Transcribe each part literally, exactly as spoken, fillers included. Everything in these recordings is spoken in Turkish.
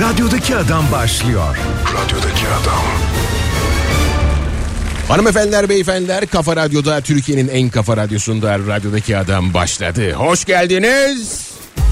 Radyodaki Adam başlıyor. Radyodaki Adam. Hanımefendiler, beyefendiler, Kafa Radyo'da, Türkiye'nin en kafa radyosunda Radyodaki Adam başladı. Hoş geldiniz.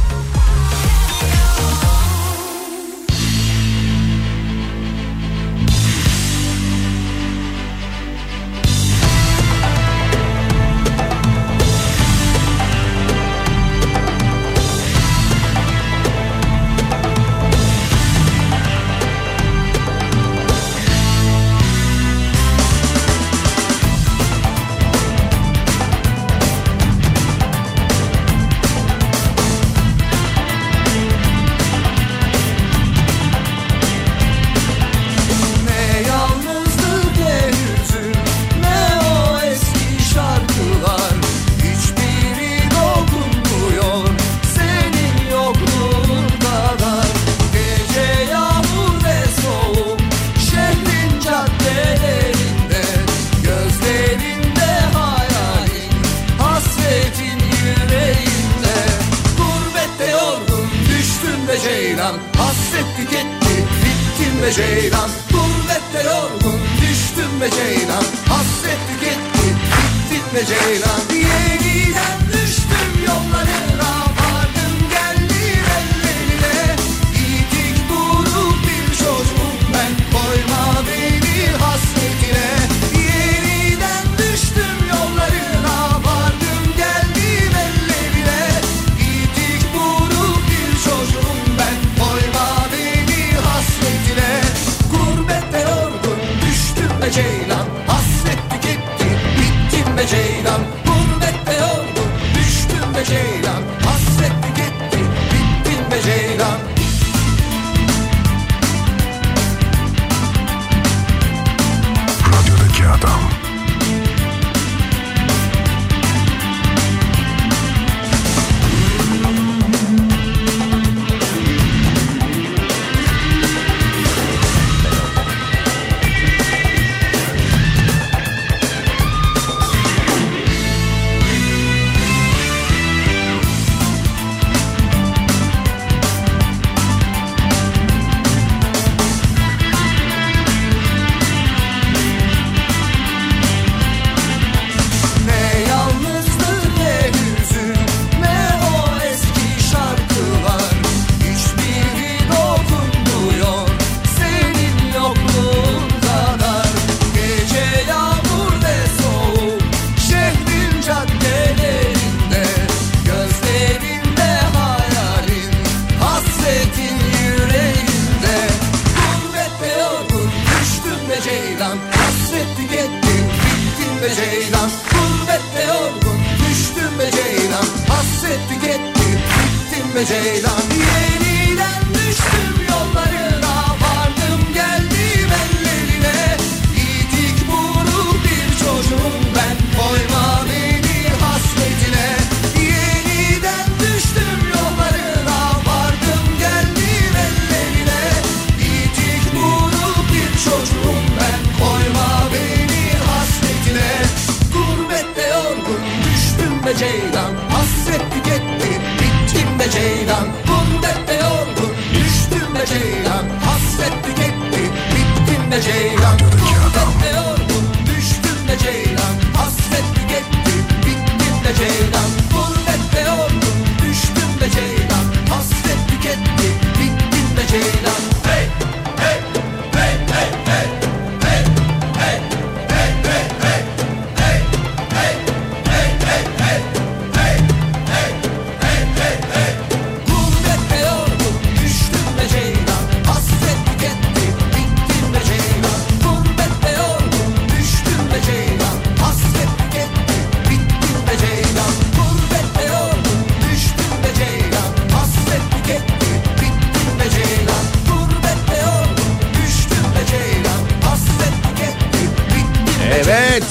Evet.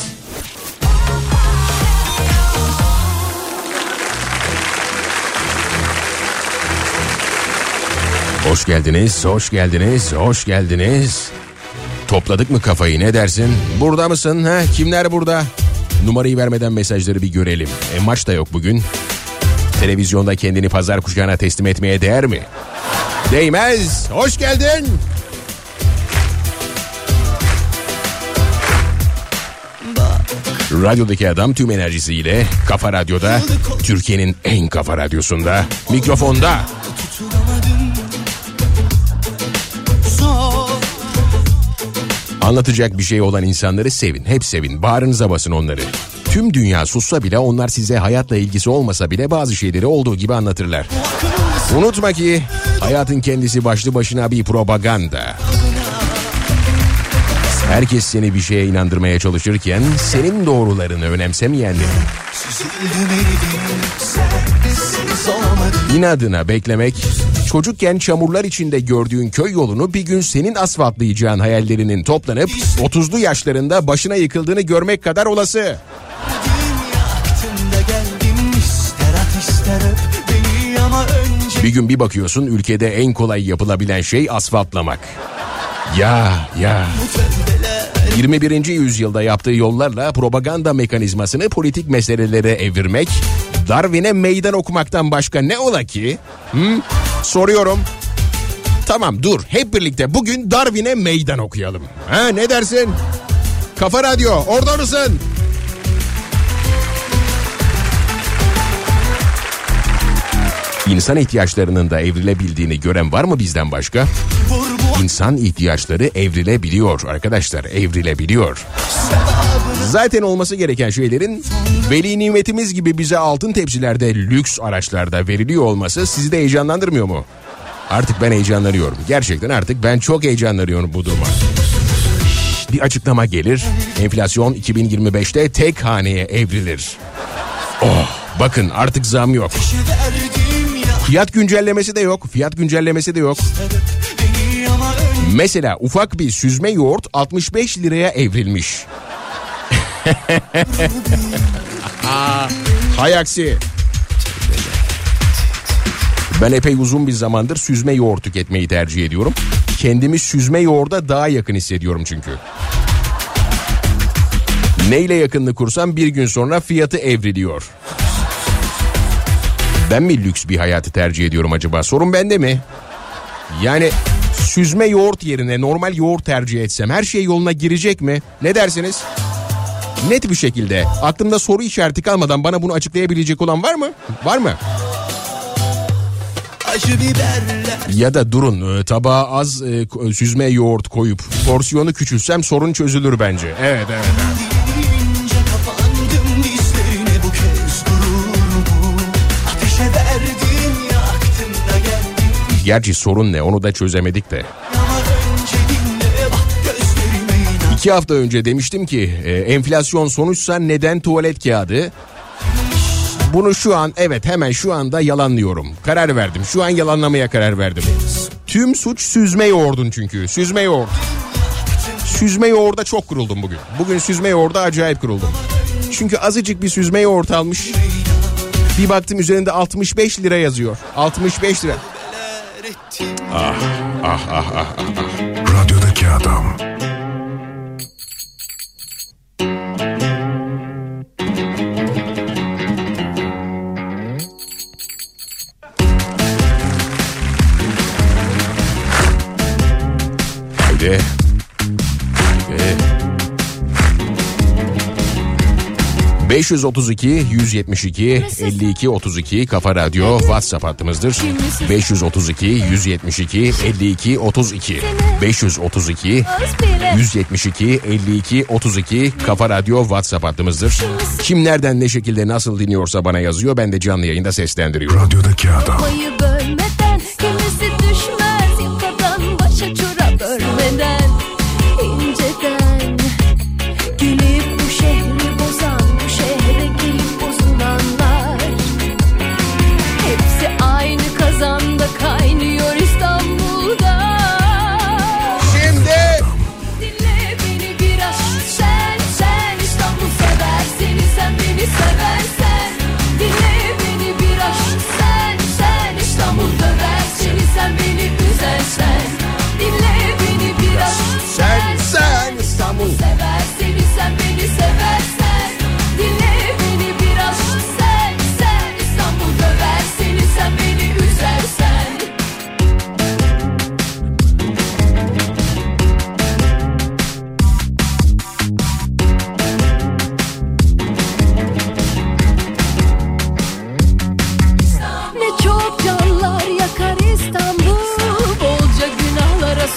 Hoş geldiniz, hoş geldiniz, hoş geldiniz. Topladık mı kafayı, ne dersin? Burada mısın? Ha? Kimler burada? Numarayı vermeden mesajları bir görelim. E, maç da yok bugün. Televizyonda kendini pazar kuşağına teslim etmeye değer mi? Değmez. Hoş geldin. Radyodaki adam tüm enerjisiyle Kafa Radyo'da, Türkiye'nin en kafa radyosunda, mikrofonda. Anlatacak bir şey olan insanları sevin, hep sevin, bağrınıza basın onları. Tüm dünya sussa bile onlar size hayatla ilgisi olmasa bile bazı şeyleri olduğu gibi anlatırlar. Unutma ki hayatın kendisi başlı başına bir propaganda. Herkes seni bir şeye inandırmaya çalışırken senin doğrularını önemsemeyenlerin. İnadına beklemek, çocukken çamurlar içinde gördüğün köy yolunu bir gün senin asfaltlayacağın hayallerinin toplanıp otuzlu yaşlarında başına yıkıldığını görmek kadar olası. Bir gün bir bakıyorsun ülkede en kolay yapılabilen şey asfaltlamak. Ya ya. yirmi birinci yüzyılda yaptığı yollarla propaganda mekanizmasını politik meselelere evirmek, Darwin'e meydan okumaktan başka ne ola ki? Hı? Soruyorum. Tamam dur, hep birlikte bugün Darwin'e meydan okuyalım. Ha, ne dersin? Kafa Radyo, orada mısın? İnsan ihtiyaçlarının da evrilebildiğini gören var mı bizden başka? İnsan ihtiyaçları evrilebiliyor arkadaşlar, evrilebiliyor. Zaten olması gereken şeylerin veli nimetimiz gibi bize altın tepsilerde, lüks araçlarda veriliyor olması sizi de heyecanlandırmıyor mu? Artık ben heyecanlanıyorum. Gerçekten artık ben çok heyecanlanıyorum bu duruma. Bir açıklama gelir. Enflasyon iki bin yirmi beşte tek haneye evrilir. Oh, bakın artık zam yok. Fiyat güncellemesi de yok. Fiyat güncellemesi de yok. Mesela ufak bir süzme yoğurt altmış beş liraya evrilmiş. Hay aksi. Ben epey uzun bir zamandır süzme yoğurt tüketmeyi tercih ediyorum. Kendimi süzme yoğurda daha yakın hissediyorum çünkü. Neyle yakınlık kursam bir gün sonra fiyatı evriliyor. Ben mi lüks bir hayatı tercih ediyorum acaba? Sorun bende mi? Yani süzme yoğurt yerine normal yoğurt tercih etsem her şey yoluna girecek mi? Ne dersiniz? Net bir şekilde aklımda soru işareti kalmadan bana bunu açıklayabilecek olan var mı? Var mı? Ya da durun tabağa az e, süzme yoğurt koyup porsiyonu küçülsem sorun çözülür bence. Evet evet evet. Gerçi sorun ne onu da çözemedik de. İki hafta önce demiştim ki e, enflasyon sonuçsa neden tuvalet kağıdı? Bunu şu an evet hemen şu anda yalanlıyorum. Karar verdim. Şu an yalanlamaya karar verdim. Tüm suç süzme yoğurdun çünkü. Süzme yoğurt. Süzme yoğurda çok kuruldum bugün. Bugün süzme yoğurda acayip kuruldum. Çünkü azıcık bir süzme yoğurt almış. Bir baktım üzerinde altmış beş lira yazıyor. altmış beş lira. Ah ah ah ah ah. Radyodaki adam. Haydi. Haydi. beş yüz otuz iki yüz yetmiş iki elli iki otuz iki Kafa Radyo WhatsApp hattımızdır. beş yüz otuz iki yüz yetmiş iki elli iki otuz iki beş yüz otuz iki yüz yetmiş iki elli iki otuz iki Kafa Radyo WhatsApp hattımızdır. Kim nereden ne şekilde nasıl dinliyorsa bana yazıyor, ben de canlı yayında seslendiriyorum. Radyodaki adam. Bölmeden, kimisi düşmez yukadan başa çorap örmeden, inceden gelip bu şehri bozan, bu şehre gelip bozulanlar hepsi aynı kazanda kaynıyor İstanbul'da. Şimdi Dinle beni biraz, sen sen İstanbul sever seni, sen beni seversen. Dinle beni biraz, sen sen İstanbul'da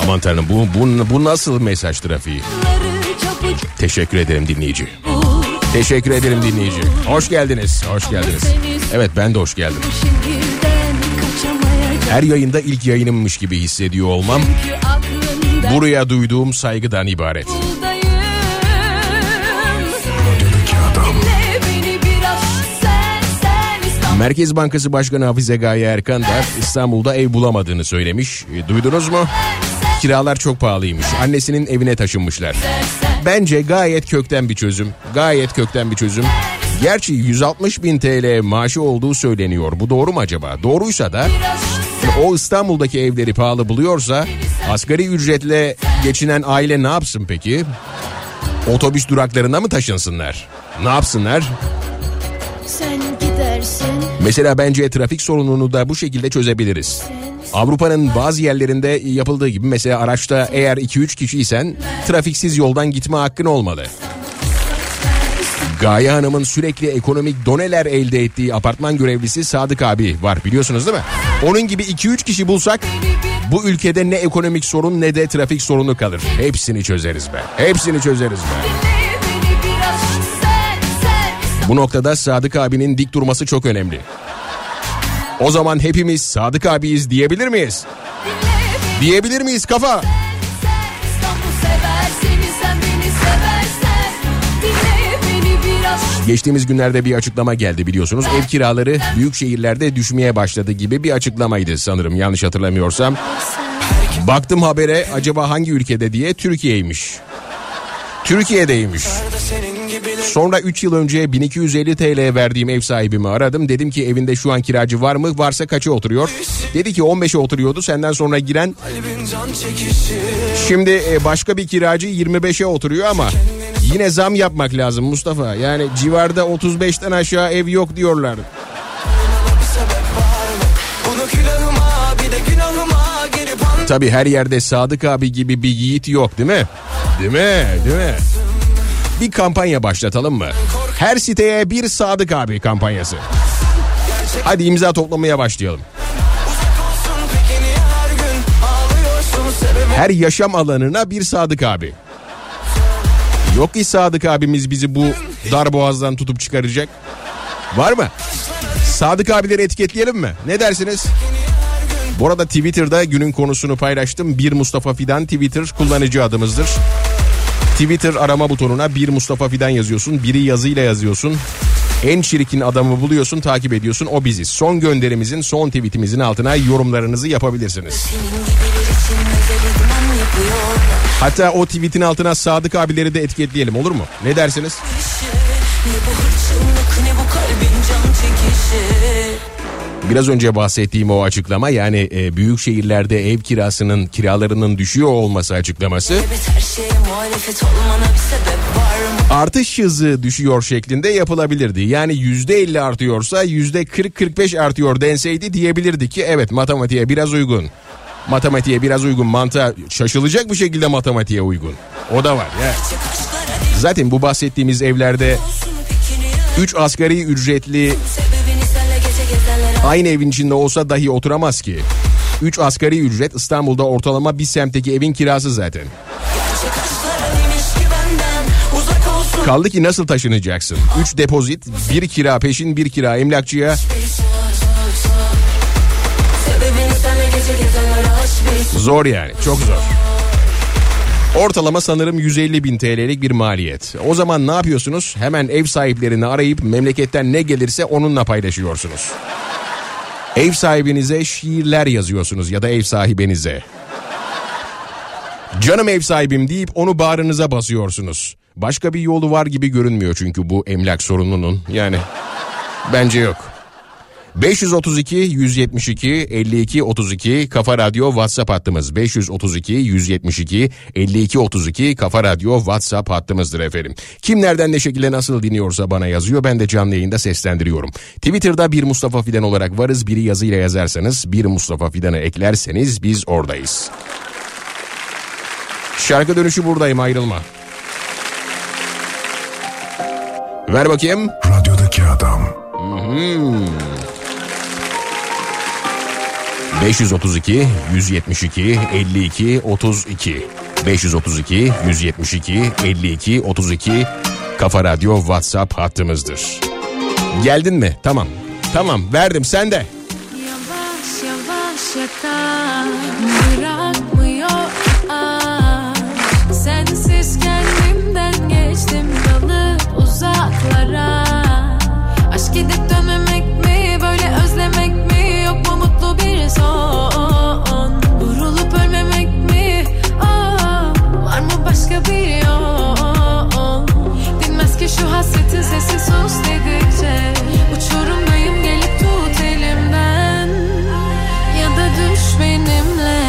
Aman tanrım bu, bu, bu nasıl mesaj trafiği? Teşekkür ederim dinleyici. Teşekkür ederim dinleyici. Hoş geldiniz, hoş geldiniz. Evet ben de hoş geldim. Her yayında ilk yayınımmış gibi hissediyor olmam buraya duyduğum saygıdan ibaret. Merkez Bankası Başkanı Hafize Gaye Erkan da İstanbul'da ev bulamadığını söylemiş. E, duydunuz mu? Kiralar çok pahalıymış. Annesinin evine taşınmışlar. Bence gayet kökten bir çözüm. Gayet kökten bir çözüm. Gerçi yüz altmış bin T L maaşı olduğu söyleniyor. Bu doğru mu acaba? Doğruysa da o İstanbul'daki evleri pahalı buluyorsa asgari ücretle geçinen aile ne yapsın peki? Otobüs duraklarına mı taşınsınlar? Ne yapsınlar? Sen gidersin. Mesela bence trafik sorununu da bu şekilde çözebiliriz. Avrupa'nın bazı yerlerinde yapıldığı gibi mesela araçta eğer iki üç kişiysen trafiksiz yoldan gitme hakkın olmalı. Gaye Hanım'ın sürekli ekonomik doneler elde ettiği apartman görevlisi Sadık abi var biliyorsunuz değil mi? Onun gibi iki üç kişi bulsak bu ülkede ne ekonomik sorun ne de trafik sorunu kalır. Hepsini çözeriz be. Hepsini çözeriz be. Bu noktada Sadık abinin dik durması çok önemli. O zaman hepimiz Sadık abiyiz diyebilir miyiz? Diyebilir miyiz kafa? Geçtiğimiz günlerde bir açıklama geldi biliyorsunuz. Ev kiraları büyük şehirlerde düşmeye başladı gibi bir açıklamaydı sanırım yanlış hatırlamıyorsam. Baktım habere acaba hangi ülkede diye Türkiye'ymiş. Türkiye'deymiş. Sonra üç yıl önce bin iki yüz elli T L verdiğim ev sahibimi aradım. Dedim ki evinde şu an kiracı var mı? Varsa kaça oturuyor? Dedi ki on beşe oturuyordu. Senden sonra giren. Şimdi başka bir kiracı yirmi beşe oturuyor ama yine zam yapmak lazım Mustafa. Yani civarda otuz beşten aşağı ev yok diyorlar. Tabii her yerde Sadık abi gibi bir yiğit yok değil mi? Değil mi? Değil mi? Bir kampanya başlatalım mı? Her siteye bir Sadık abi kampanyası. Hadi imza toplamaya başlayalım. Her yaşam alanına bir Sadık abi. Yok ki Sadık abimiz bizi bu darboğazdan tutup çıkaracak. Var mı? Sadık abileri etiketleyelim mi? Ne dersiniz? Bu arada Twitter'da günün konusunu paylaştım. Bir Mustafa Fidan Twitter kullanıcı adımızdır. Twitter arama butonuna bir Mustafa Fidan yazıyorsun. Biri yazıyla yazıyorsun. En çirkin adamı buluyorsun, takip ediyorsun. O biziz. Son gönderimizin, son tweetimizin altına yorumlarınızı yapabilirsiniz. Hatta o tweetin altına Sadık abileri de etiketleyelim, olur mu? Ne dersiniz? Biraz önce bahsettiğim o açıklama, yani e, büyük şehirlerde ev kirasının kiralarının düşüyor olması açıklaması, artış hızı düşüyor şeklinde yapılabilirdi. Yani yüzde elli artıyorsa yüzde kırk kırk beş artıyor denseydi diyebilirdi ki evet, matematiğe biraz uygun. Matematiğe biraz uygun, mantığa şaşılacak bir şekilde matematiğe uygun. O da var ya. Zaten bu bahsettiğimiz evlerde üç asgari ücretli aynı evin içinde olsa dahi oturamaz ki. üç asgari ücret İstanbul'da ortalama bir semtteki evin kirası zaten. Kaldı ki nasıl taşınacaksın? üç depozit, bir kira peşin, bir kira emlakçıya. Zor yani, çok zor. Ortalama sanırım yüz elli bin T L'lik bir maliyet. O zaman ne yapıyorsunuz? Hemen ev sahiplerini arayıp memleketten ne gelirse onunla paylaşıyorsunuz. Ev sahibinize şiirler yazıyorsunuz ya da ev sahibinize. Canım ev sahibim deyip onu bağrınıza basıyorsunuz. Başka bir yolu var gibi görünmüyor çünkü bu emlak sorununun. Yani bence yok. beş otuz iki yüz yetmiş iki elli iki otuz iki Kafa Radyo WhatsApp hattımız. beş otuz iki yüz yetmiş iki elli iki otuz iki Kafa Radyo WhatsApp hattımızdır efendim. Kim nereden ne şekilde nasıl dinliyorsa bana yazıyor. Ben de canlı yayında seslendiriyorum. Twitter'da bir Mustafa Fidan olarak varız. Biri yazıyla yazarsanız, bir Mustafa Fidan'ı eklerseniz biz oradayız. Şarkı dönüşü buradayım, ayrılma. Ver bakayım. Radyodaki adam. Hmm. beş yüz otuz iki yüz yetmiş iki elli iki otuz iki beş yüz otuz iki yüz yetmiş iki elli iki otuz iki Kafa Radyo WhatsApp hattımızdır. Geldin mi? Tamam. Tamam, verdim, sen de. Yavaş yavaş yakar, bırakmıyor aşk. Sensiz kendimden geçtim dalıp uzaklara. Aşk gidip dönmemek mi, böyle özlemek mi, yok mu mutlu bir son? Vurulup ölmemek mi, oh, var mı başka bir yol? Dinmez ki şu hasretin sesi sus dedikçe. Uçurumdayım, gelip tut elimden ya da düş benimle.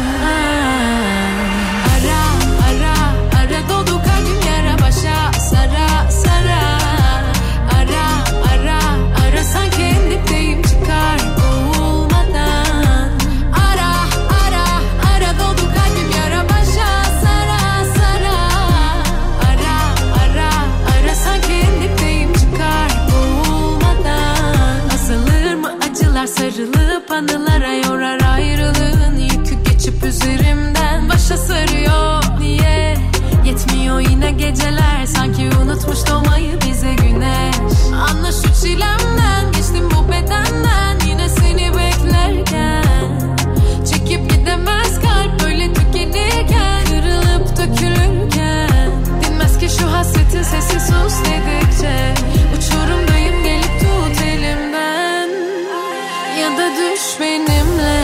Ara ara ara dolu kalbim yara başa sara sara. Ara ara ara sanki en dipteyim çıkar boğulmadan. Ara ara ara dolu kalbim yara başa sara sara. Ara ara ara sanki en dipteyim çıkar boğulmadan. Azalır mı acılar, sarılıp anılara yorar ayrılığın yükü geçip üzerimden başa sarıyor. Niye yetmiyor yine geceler, sanki unutmuş doğmayı bize güneş. Anla şu çilemden, geçtim bu bedenden, yine seni beklerken. Çekip gidemez kalp böyle tükenirken, kırılıp dökülürken. Dinmez ki şu hasretin sesi sus dedikçe. Uçurumdayım, gelip tut elimden ya da düş benimle.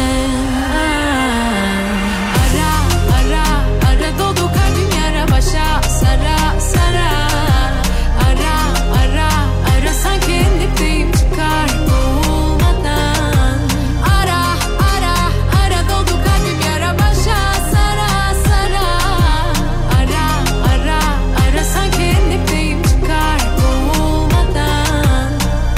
Ara ara ara dolu kalbim yara başa sara sara. Ara ara ara sanki en dipteyim çıkar boğulmadan. Ara ara ara dolu kalbim yara başa sara sara. Ara ara ara sanki en dipteyim çıkar boğulmadan.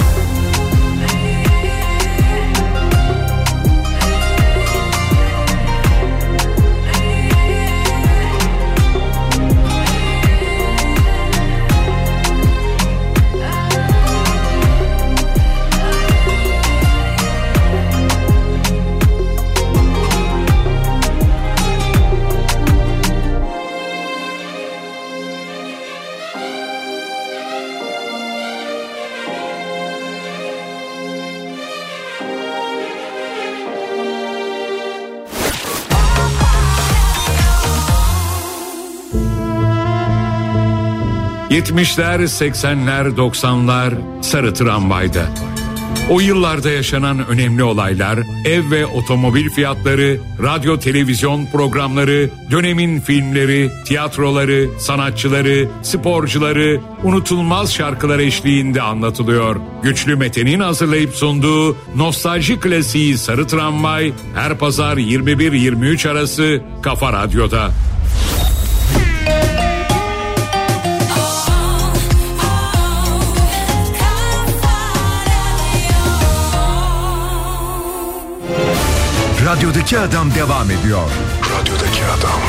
yetmişler, seksenler, doksanlar Sarı Tramvay'da. O yıllarda yaşanan önemli olaylar, ev ve otomobil fiyatları, radyo televizyon programları, dönemin filmleri, tiyatroları, sanatçıları, sporcuları, unutulmaz şarkılar eşliğinde anlatılıyor. Güçlü Mete'nin hazırlayıp sunduğu nostalji klasiği Sarı Tramvay her pazar yirmi bir yirmi üç arası Kafa Radyo'da. Radyodaki Adam devam ediyor. Radyodaki Adam.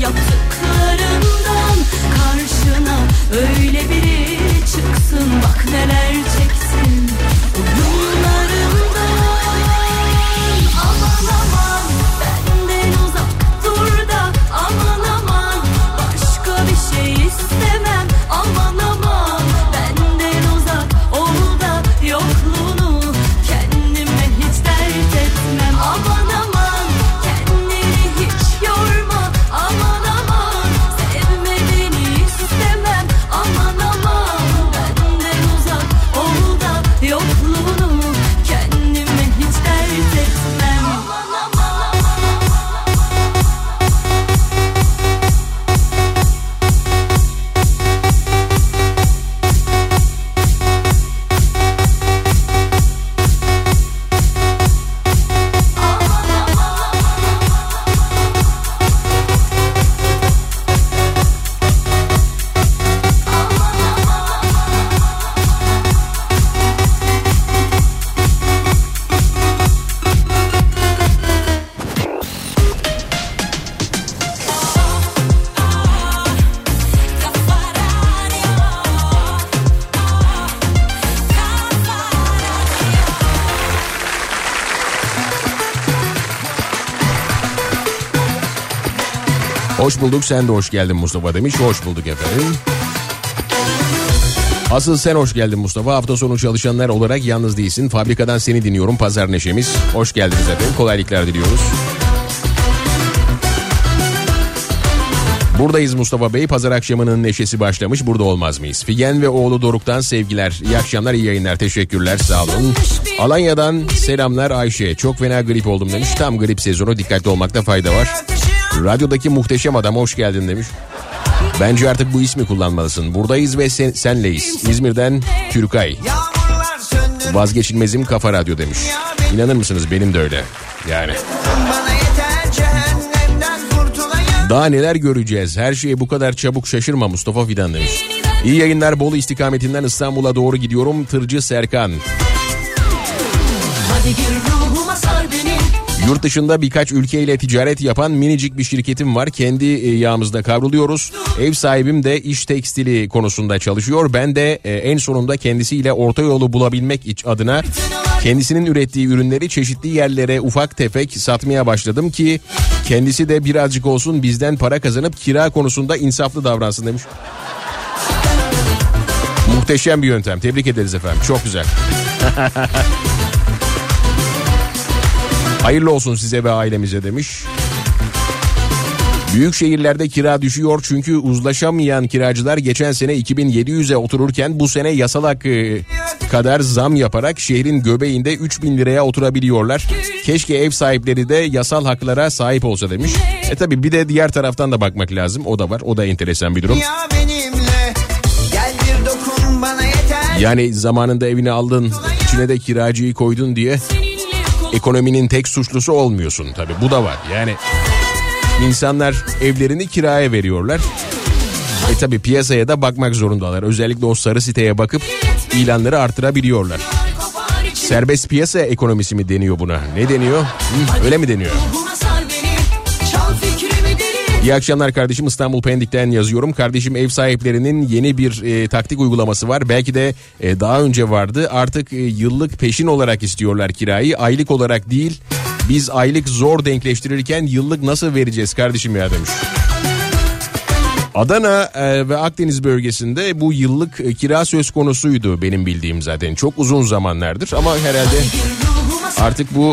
yaptıklarından karşına öyle biri çıksın, bak neler çeksin oyunlarından. Aman aman benden uzak dur da, aman aman başka bir şey istemem. Aman aman benden uzak ol da yokluğunu kendime hiç dert etmem. Aman aman kendini hiç yorma, aman aman sevme beni istemem. Aman aman benden uzak ol da yokluğunu kendime hiç dert etmem. Aman aman Hoş bulduk, sen de hoş geldin Mustafa demiş. Hoş bulduk efendim. Asıl sen hoş geldin Mustafa. Hafta sonu çalışanlar olarak yalnız değilsin. Fabrikadan seni dinliyorum. Pazar neşemiz. Hoş geldiniz efendim. Kolaylıklar diliyoruz. Buradayız Mustafa Bey. Pazar akşamının neşesi başlamış. Burada olmaz mıyız? Figen ve oğlu Doruk'tan sevgiler. İyi akşamlar, iyi yayınlar. Teşekkürler, sağ olun. Alanya'dan selamlar Ayşe. Çok fena grip oldum demiş. Tam grip sezonu, dikkatli olmakta fayda var. Radyodaki muhteşem adam hoş geldin demiş. Bence artık bu ismi kullanmalısın. Buradayız ve sen, senleyiz. İzmir'den Türkay. Vazgeçilmezim Kafa Radyo demiş. İnanır mısınız, benim de öyle. Yani. Daha neler göreceğiz? Her şeye bu kadar çabuk şaşırma Mustafa Fidan demiş. İyi yayınlar, Bolu istikametinden İstanbul'a doğru gidiyorum. Tırcı Serkan. hadi gir ruhuma sar beni. Yurt dışında birkaç ülkeyle ticaret yapan minicik bir şirketim var. Kendi yağımızda kavruluyoruz. Ev sahibim de iş tekstili konusunda çalışıyor. Ben de en sonunda kendisiyle orta yolu bulabilmek adına kendisinin ürettiği ürünleri çeşitli yerlere ufak tefek satmaya başladım ki kendisi de birazcık olsun bizden para kazanıp kira konusunda insaflı davransın demiş. Muhteşem bir yöntem. Tebrik ederiz efendim. Çok güzel. Hayırlı olsun size ve ailemize demiş. Büyük şehirlerde kira düşüyor çünkü uzlaşamayan kiracılar geçen sene iki bin yedi yüze otururken bu sene yasal hakkı kadar zam yaparak şehrin göbeğinde üç bin liraya oturabiliyorlar. Keşke ev sahipleri de yasal haklara sahip olsa demiş. E tabi bir de diğer taraftan da bakmak lazım. O da var. O da enteresan bir durum. Yani zamanında evini aldın, içine de kiracıyı koydun diye ekonominin tek suçlusu olmuyorsun tabii. Bu da var. Yani insanlar evlerini kiraya veriyorlar. E tabii piyasaya da bakmak zorundalar. Özellikle o sarı siteye bakıp ilanları artırabiliyorlar. Serbest piyasa ekonomisi mi deniyor buna? Ne deniyor? Hı, öyle mi deniyor? İyi akşamlar kardeşim, İstanbul Pendik'ten yazıyorum. Kardeşim ev sahiplerinin yeni bir e, taktik uygulaması var. Belki de e, daha önce vardı. Artık e, yıllık peşin olarak istiyorlar kirayı. Aylık olarak değil. Biz aylık zor denkleştirirken yıllık nasıl vereceğiz kardeşim ya demiş. Adana e, ve Akdeniz bölgesinde bu yıllık e, kira söz konusuydu benim bildiğim zaten. Çok uzun zamanlardır ama herhalde artık bu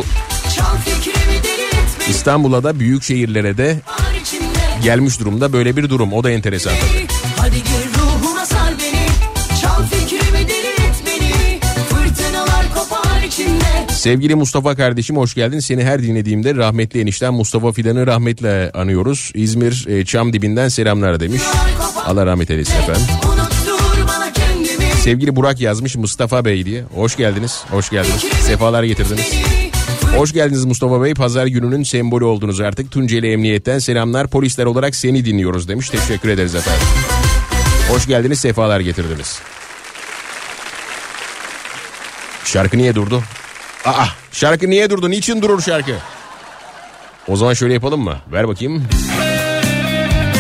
İstanbul'a da büyük şehirlere de gelmiş durumda, böyle bir durum. O da enteresan tabii. Hadi gir ruhuma sar beni, çal fikrimi delirt beni, fırtınalar kopar içimde. Sevgili Mustafa kardeşim hoş geldin. Seni her dinlediğimde rahmetli enişten Mustafa Fidan'ı rahmetle anıyoruz. İzmir e, Çamdibi'nden selamlar demiş. Allah rahmet eylesin efendim. Sevgili Burak yazmış Mustafa Bey diye. Hoş geldiniz. Hoş geldiniz. Sefalar getirdiniz. Hoş geldiniz Mustafa Bey. Pazar gününün sembolü oldunuz artık. Tunceli Emniyet'ten selamlar. Polisler olarak seni dinliyoruz demiş. Teşekkür ederiz efendim. Hoş geldiniz. Sefalar getirdiniz. Şarkı niye durdu? Aa, şarkı niye durdu? Niçin durur şarkı? O zaman şöyle yapalım mı? Ver bakayım.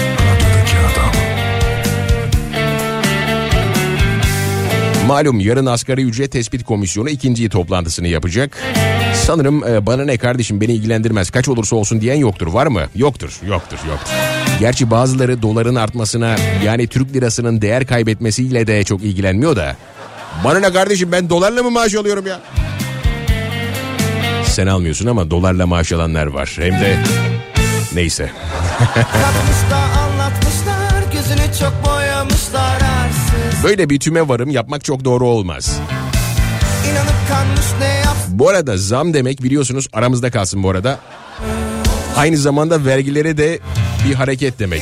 Malum yarın asgari ücret tespit komisyonu ikinci toplantısını yapacak. Sanırım e, bana ne kardeşim beni ilgilendirmez kaç olursa olsun diyen yoktur, var mı? Yoktur, yoktur, yoktur. Gerçi bazıları doların artmasına, yani Türk lirasının değer kaybetmesiyle de çok ilgilenmiyor da. Bana ne kardeşim, ben dolarla mı maaş alıyorum ya? Sen almıyorsun ama dolarla maaş alanlar var. Hem de neyse. Böyle bir tüme varım yapmak çok doğru olmaz. Bu arada zam demek biliyorsunuz, aramızda kalsın bu arada, aynı zamanda vergilere de bir hareket demek.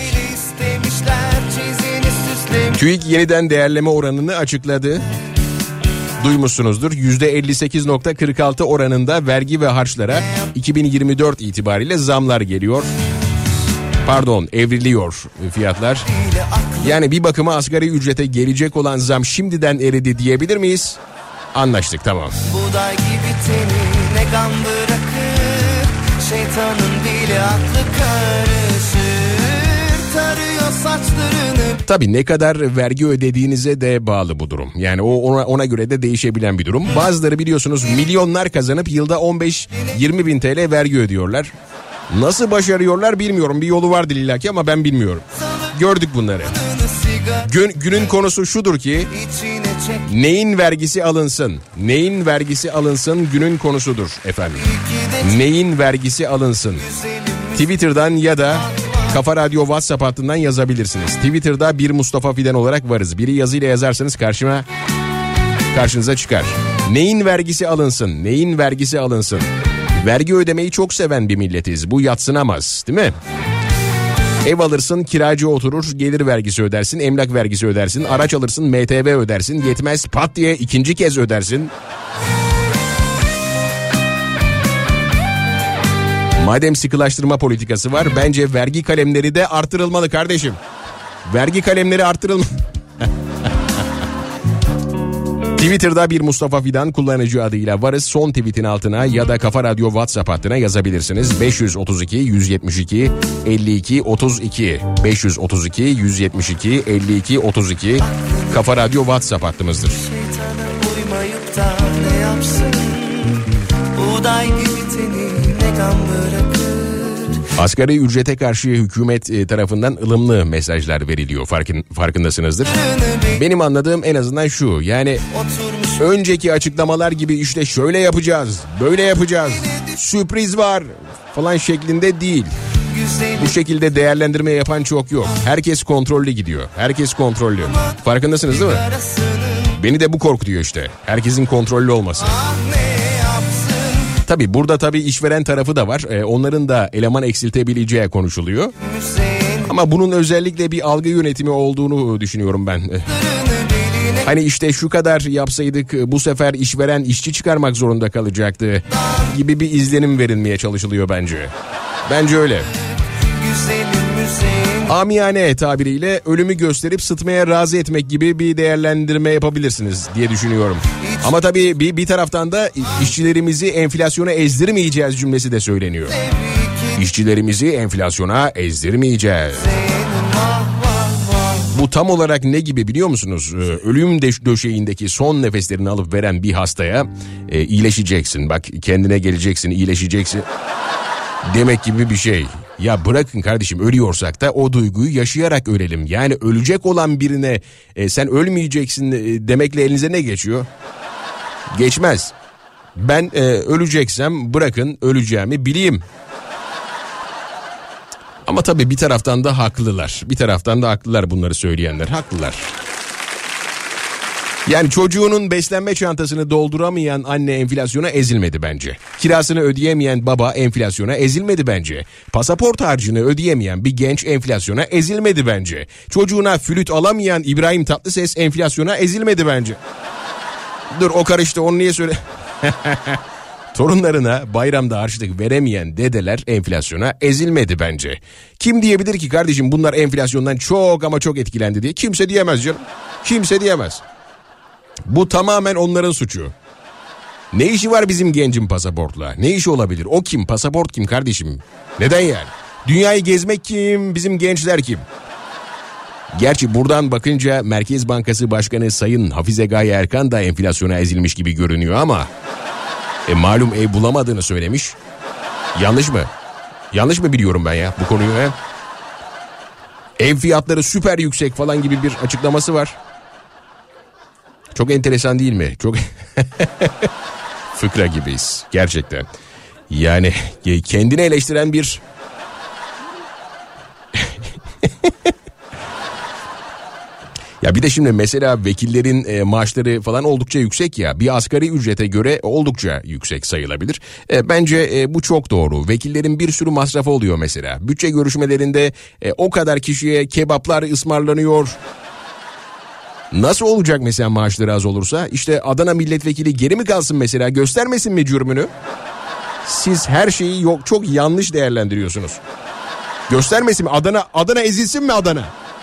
TÜİK yeniden değerleme oranını açıkladı. Duymuşsunuzdur. yüzde elli sekiz virgül kırk altı oranında vergi ve harçlara iki bin yirmi dört itibariyle zamlar geliyor. Pardon, evriliyor fiyatlar. Yani bir bakıma asgari ücrete gelecek olan zam şimdiden eridi diyebilir miyiz? Anlaştık, tamam. Buğday gibi teni ne gam bırakır, şeytanın dili aklı karışır, tarıyor saçlarını. Tabii ne kadar vergi ödediğinize de bağlı bu durum. Yani o ona, ona göre de değişebilen bir durum. Bazıları biliyorsunuz milyonlar kazanıp yılda on beş yirmi bin T L vergi ödüyorlar. Nasıl başarıyorlar bilmiyorum. Bir yolu vardır illaki ama ben bilmiyorum. Gördük bunları. Gün, günün konusu şudur ki neyin vergisi alınsın? Neyin vergisi alınsın günün konusudur efendim. Neyin vergisi alınsın? Twitter'dan ya da Kafa Radyo WhatsApp hattından yazabilirsiniz. Twitter'da bir Mustafa Fidan olarak varız. Biri yazıyla yazarsanız karşıma karşınıza çıkar. Neyin vergisi alınsın? Neyin vergisi alınsın? Vergi ödemeyi çok seven bir milletiz. Bu yadsınamaz, değil mi? Ev alırsın, kiracı oturur, gelir vergisi ödersin, emlak vergisi ödersin, araç alırsın, M T V ödersin, yetmez pat diye ikinci kez ödersin. Madem sıkılaştırma politikası var, bence vergi kalemleri de artırılmalı kardeşim. Vergi kalemleri artırılmalı. Twitter'da bir Mustafa Fidan kullanıcı adıyla varız. Son tweetin altına ya da Kafa Radyo WhatsApp hattına yazabilirsiniz. beş yüz otuz iki yüz yetmiş iki elli iki otuz iki beş yüz otuz iki yüz yetmiş iki elli iki otuz iki Kafa Radyo WhatsApp hattımızdır. Asgari ücrete karşı hükümet tarafından ılımlı mesajlar veriliyor, farkın, farkındasınızdır. Benim anladığım en azından şu, yani önceki açıklamalar gibi işte şöyle yapacağız, böyle yapacağız, sürpriz var falan şeklinde değil. Bu şekilde değerlendirme yapan çok yok. Herkes kontrollü gidiyor, herkes kontrollü. Farkındasınız değil mi? Beni de bu korkutuyor işte, herkesin kontrollü olması. Tabii burada tabii işveren tarafı da var. Ee, onların da eleman eksiltebileceği konuşuluyor. Ama bunun özellikle bir algı yönetimi olduğunu düşünüyorum ben. Hani işte şu kadar yapsaydık bu sefer işveren işçi çıkarmak zorunda kalacaktı gibi bir izlenim verilmeye çalışılıyor bence. Bence öyle. Amiyane tabiriyle ölümü gösterip sıtmaya razı etmek gibi bir değerlendirme yapabilirsiniz diye düşünüyorum. Ama tabii bir, bir taraftan da işçilerimizi enflasyona ezdirmeyeceğiz cümlesi de söyleniyor. İşçilerimizi enflasyona ezdirmeyeceğiz. Bu tam olarak ne gibi biliyor musunuz? Ölüm döşeğindeki son nefeslerini alıp veren bir hastaya e, iyileşeceksin. Bak kendine geleceksin, iyileşeceksin demek gibi bir şey. Ya bırakın kardeşim, ölüyorsak da o duyguyu yaşayarak ölelim. Yani ölecek olan birine e, sen ölmeyeceksin e, demekle elinize ne geçiyor? Geçmez. Ben e, öleceksem bırakın öleceğimi bileyim. Ama tabii bir taraftan da haklılar. Bir taraftan da haklılar bunları söyleyenler. Haklılar. Yani çocuğunun beslenme çantasını dolduramayan anne enflasyona ezilmedi bence. Kirasını ödeyemeyen baba enflasyona ezilmedi bence. Pasaport harcını ödeyemeyen bir genç enflasyona ezilmedi bence. Çocuğuna flüt alamayan İbrahim Tatlıses enflasyona ezilmedi bence. Dur o karıştı, onu niye söyle... Torunlarına bayramda harçlık veremeyen dedeler enflasyona ezilmedi bence. Kim diyebilir ki kardeşim bunlar enflasyondan çok ama çok etkilendi diye? Kimse diyemez canım. Kimse diyemez. Bu tamamen onların suçu. Ne işi var bizim gencin pasaportla? Ne işi olabilir? O kim? Pasaport kim kardeşim? Neden yani? Dünyayı gezmek kim? Bizim gençler kim? Gerçi buradan bakınca Merkez Bankası Başkanı Sayın Hafize Gaye Erkan da enflasyona ezilmiş gibi görünüyor ama e, malum ev bulamadığını söylemiş. Yanlış mı? Yanlış mı biliyorum ben ya bu konuyu? He? Ev fiyatları süper yüksek falan gibi bir açıklaması var. Çok enteresan değil mi? Çok fıkra gibiyiz gerçekten. Yani kendini eleştiren bir ya bir de şimdi mesela vekillerin e, maaşları falan oldukça yüksek ya, bir asgari ücrete göre oldukça yüksek sayılabilir. E, bence e, bu çok doğru. Vekillerin bir sürü masrafı oluyor mesela. Bütçe görüşmelerinde e, o kadar kişiye kebaplar ısmarlanıyor. Nasıl olacak mesela maaşları az olursa? İşte Adana milletvekili geri mi kalsın mesela, göstermesin mi cürmünü? Siz her şeyi yok çok yanlış değerlendiriyorsunuz. Göstermesin mi? Adana Adana ezilsin mi Adana?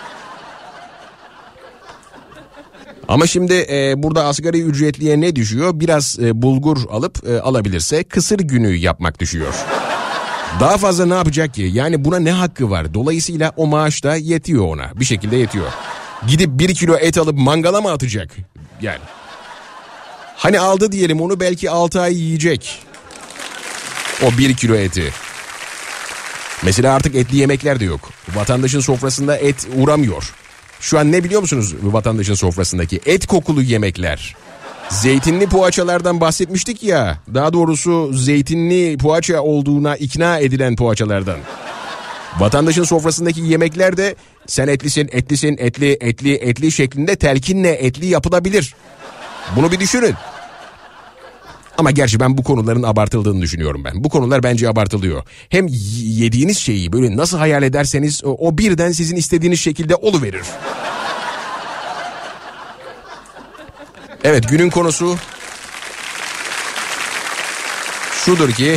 Ama şimdi e, burada asgari ücretliye ne düşüyor? Biraz e, bulgur alıp e, alabilirse kısır günü yapmak düşüyor. Daha fazla ne yapacak ki? Yani buna ne hakkı var? Dolayısıyla o maaş da yetiyor ona. Bir şekilde yetiyor. Gidip bir kilo et alıp mangala mı atacak? Yani. Hani aldı diyelim onu, belki altı ay yiyecek. O bir kilo eti. Mesela artık etli yemekler de yok. Vatandaşın sofrasında et uğramıyor. Şu an ne biliyor musunuz vatandaşın sofrasındaki? Et kokulu yemekler. Zeytinli poğaçalardan bahsetmiştik ya. Daha doğrusu zeytinli poğaça olduğuna ikna edilen poğaçalardan. Vatandaşın sofrasındaki yemekler de sen etlisin, etlisin, etli, etli, etli şeklinde telkinle etli yapılabilir. Bunu bir düşünün. Ama gerçi ben bu konuların abartıldığını düşünüyorum ben. Bu konular bence abartılıyor. Hem yediğiniz şeyi böyle nasıl hayal ederseniz o birden sizin istediğiniz şekilde oluverir. Evet, günün konusu şudur ki,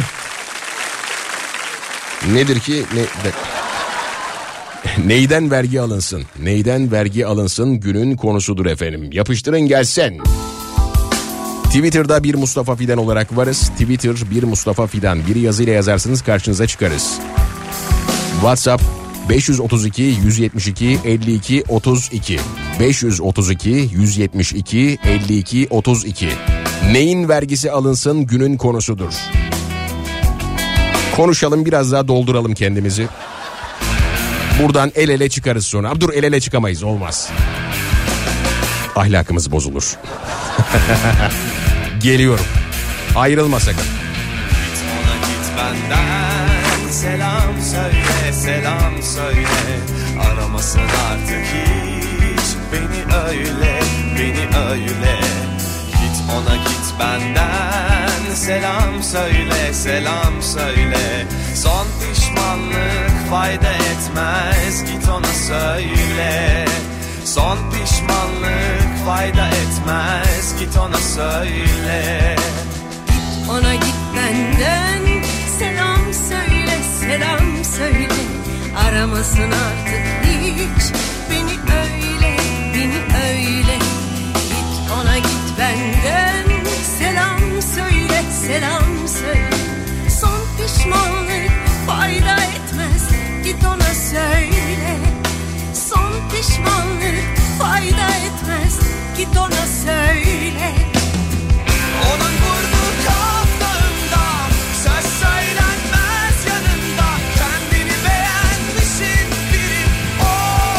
nedir ki ne, de, neyden vergi alınsın? Neyden vergi alınsın günün konusudur efendim. Yapıştırın gelsin. Twitter'da bir Mustafa Fidan olarak varız. Twitter bir Mustafa Fidan. Bir yazıyla yazarsınız karşınıza çıkarız. WhatsApp beş otuz iki yüz yetmiş iki elli iki otuz iki. beş otuz iki yüz yetmiş iki elli iki otuz iki. Neyin vergisi alınsın günün konusudur. Konuşalım, biraz daha dolduralım kendimizi. Buradan el ele çıkarız sonra. Dur, el ele çıkamayız, olmaz. Ahlakımız bozulur. Geliyorum. Ayrılma sakın. Git ona git benden, selam söyle, selam söyle. Aramasın artık hiç beni öyle, beni öyle. Git ona git benden, selam söyle, selam söyle. Son pişmanlık fayda etmez, git ona söyle. Son pişmanlık fayda etmez, git ona söyle. Git ona git benden, selam söyle, selam söyle. Aramasın artık hiç beni öyle, beni öyle. Git ona git benden, selam söyle, selam söyle. Son pişmanlık fayda etmez, git ona söyle. Son pişmanlık fayda etmez, git ona söyle. Onun burnu kaftağında, söz söylenmez yanında. Kendini beğenmişin biri o.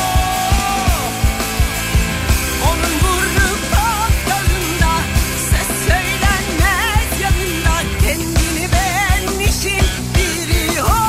Onun burnu kaftağında, söz söylenmez yanında. Kendini beğenmişin biri o.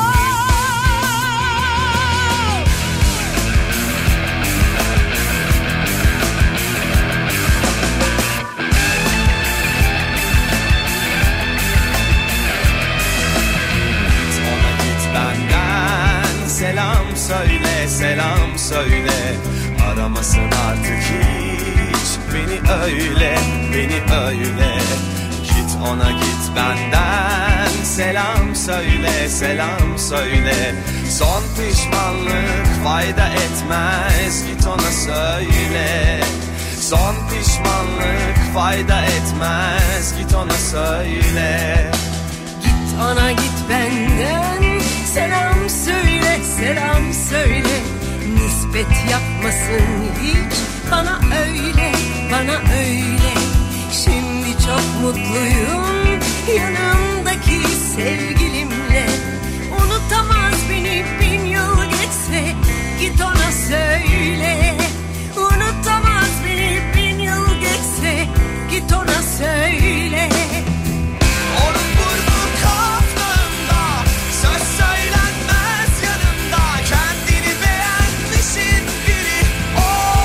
Selam söyle, selam söyle. Aramasın artık hiç beni öyle, beni öyle. Git ona git benden, selam söyle, selam söyle. Son pişmanlık fayda etmez, git ona söyle. Son pişmanlık fayda etmez, git ona söyle. Git ona git benden, selam söyle, selam söyle. Nispet nispet yapmasın hiç. Bana öyle, bana öyle. Şimdi çok mutluyum yanımdaki sevgilimle. Unutamaz beni bin yıl geçse, git ona söyle. Unutamaz beni bin yıl geçse, git ona söyle. Onun burnu kaflığında, söz söylenmez yanımda. Kendini beğenmişin biri o.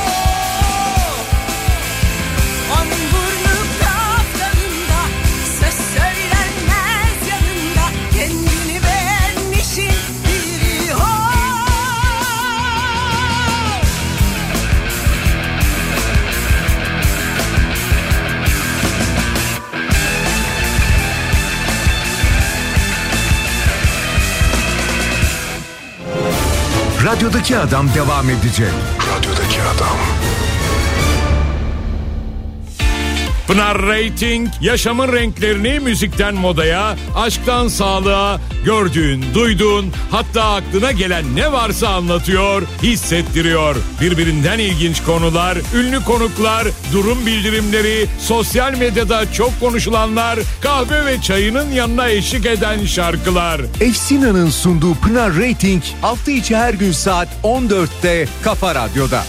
Onun burnu kaflığında, söz söylenmez yanında. Kendini beğenmişin biri o. Radyodaki Adam devam edecek. Radyodaki Adam. Pınar Rating, yaşamın renklerini müzikten modaya, aşktan sağlığa, gördüğün, duyduğun, hatta aklına gelen ne varsa anlatıyor, hissettiriyor. Birbirinden ilginç konular, ünlü konuklar, durum bildirimleri, sosyal medyada çok konuşulanlar, kahve ve çayının yanına eşlik eden şarkılar. Efsina'nın sunduğu Pınar Rating hafta içi her gün saat on dörtte Kafa Radyo'da.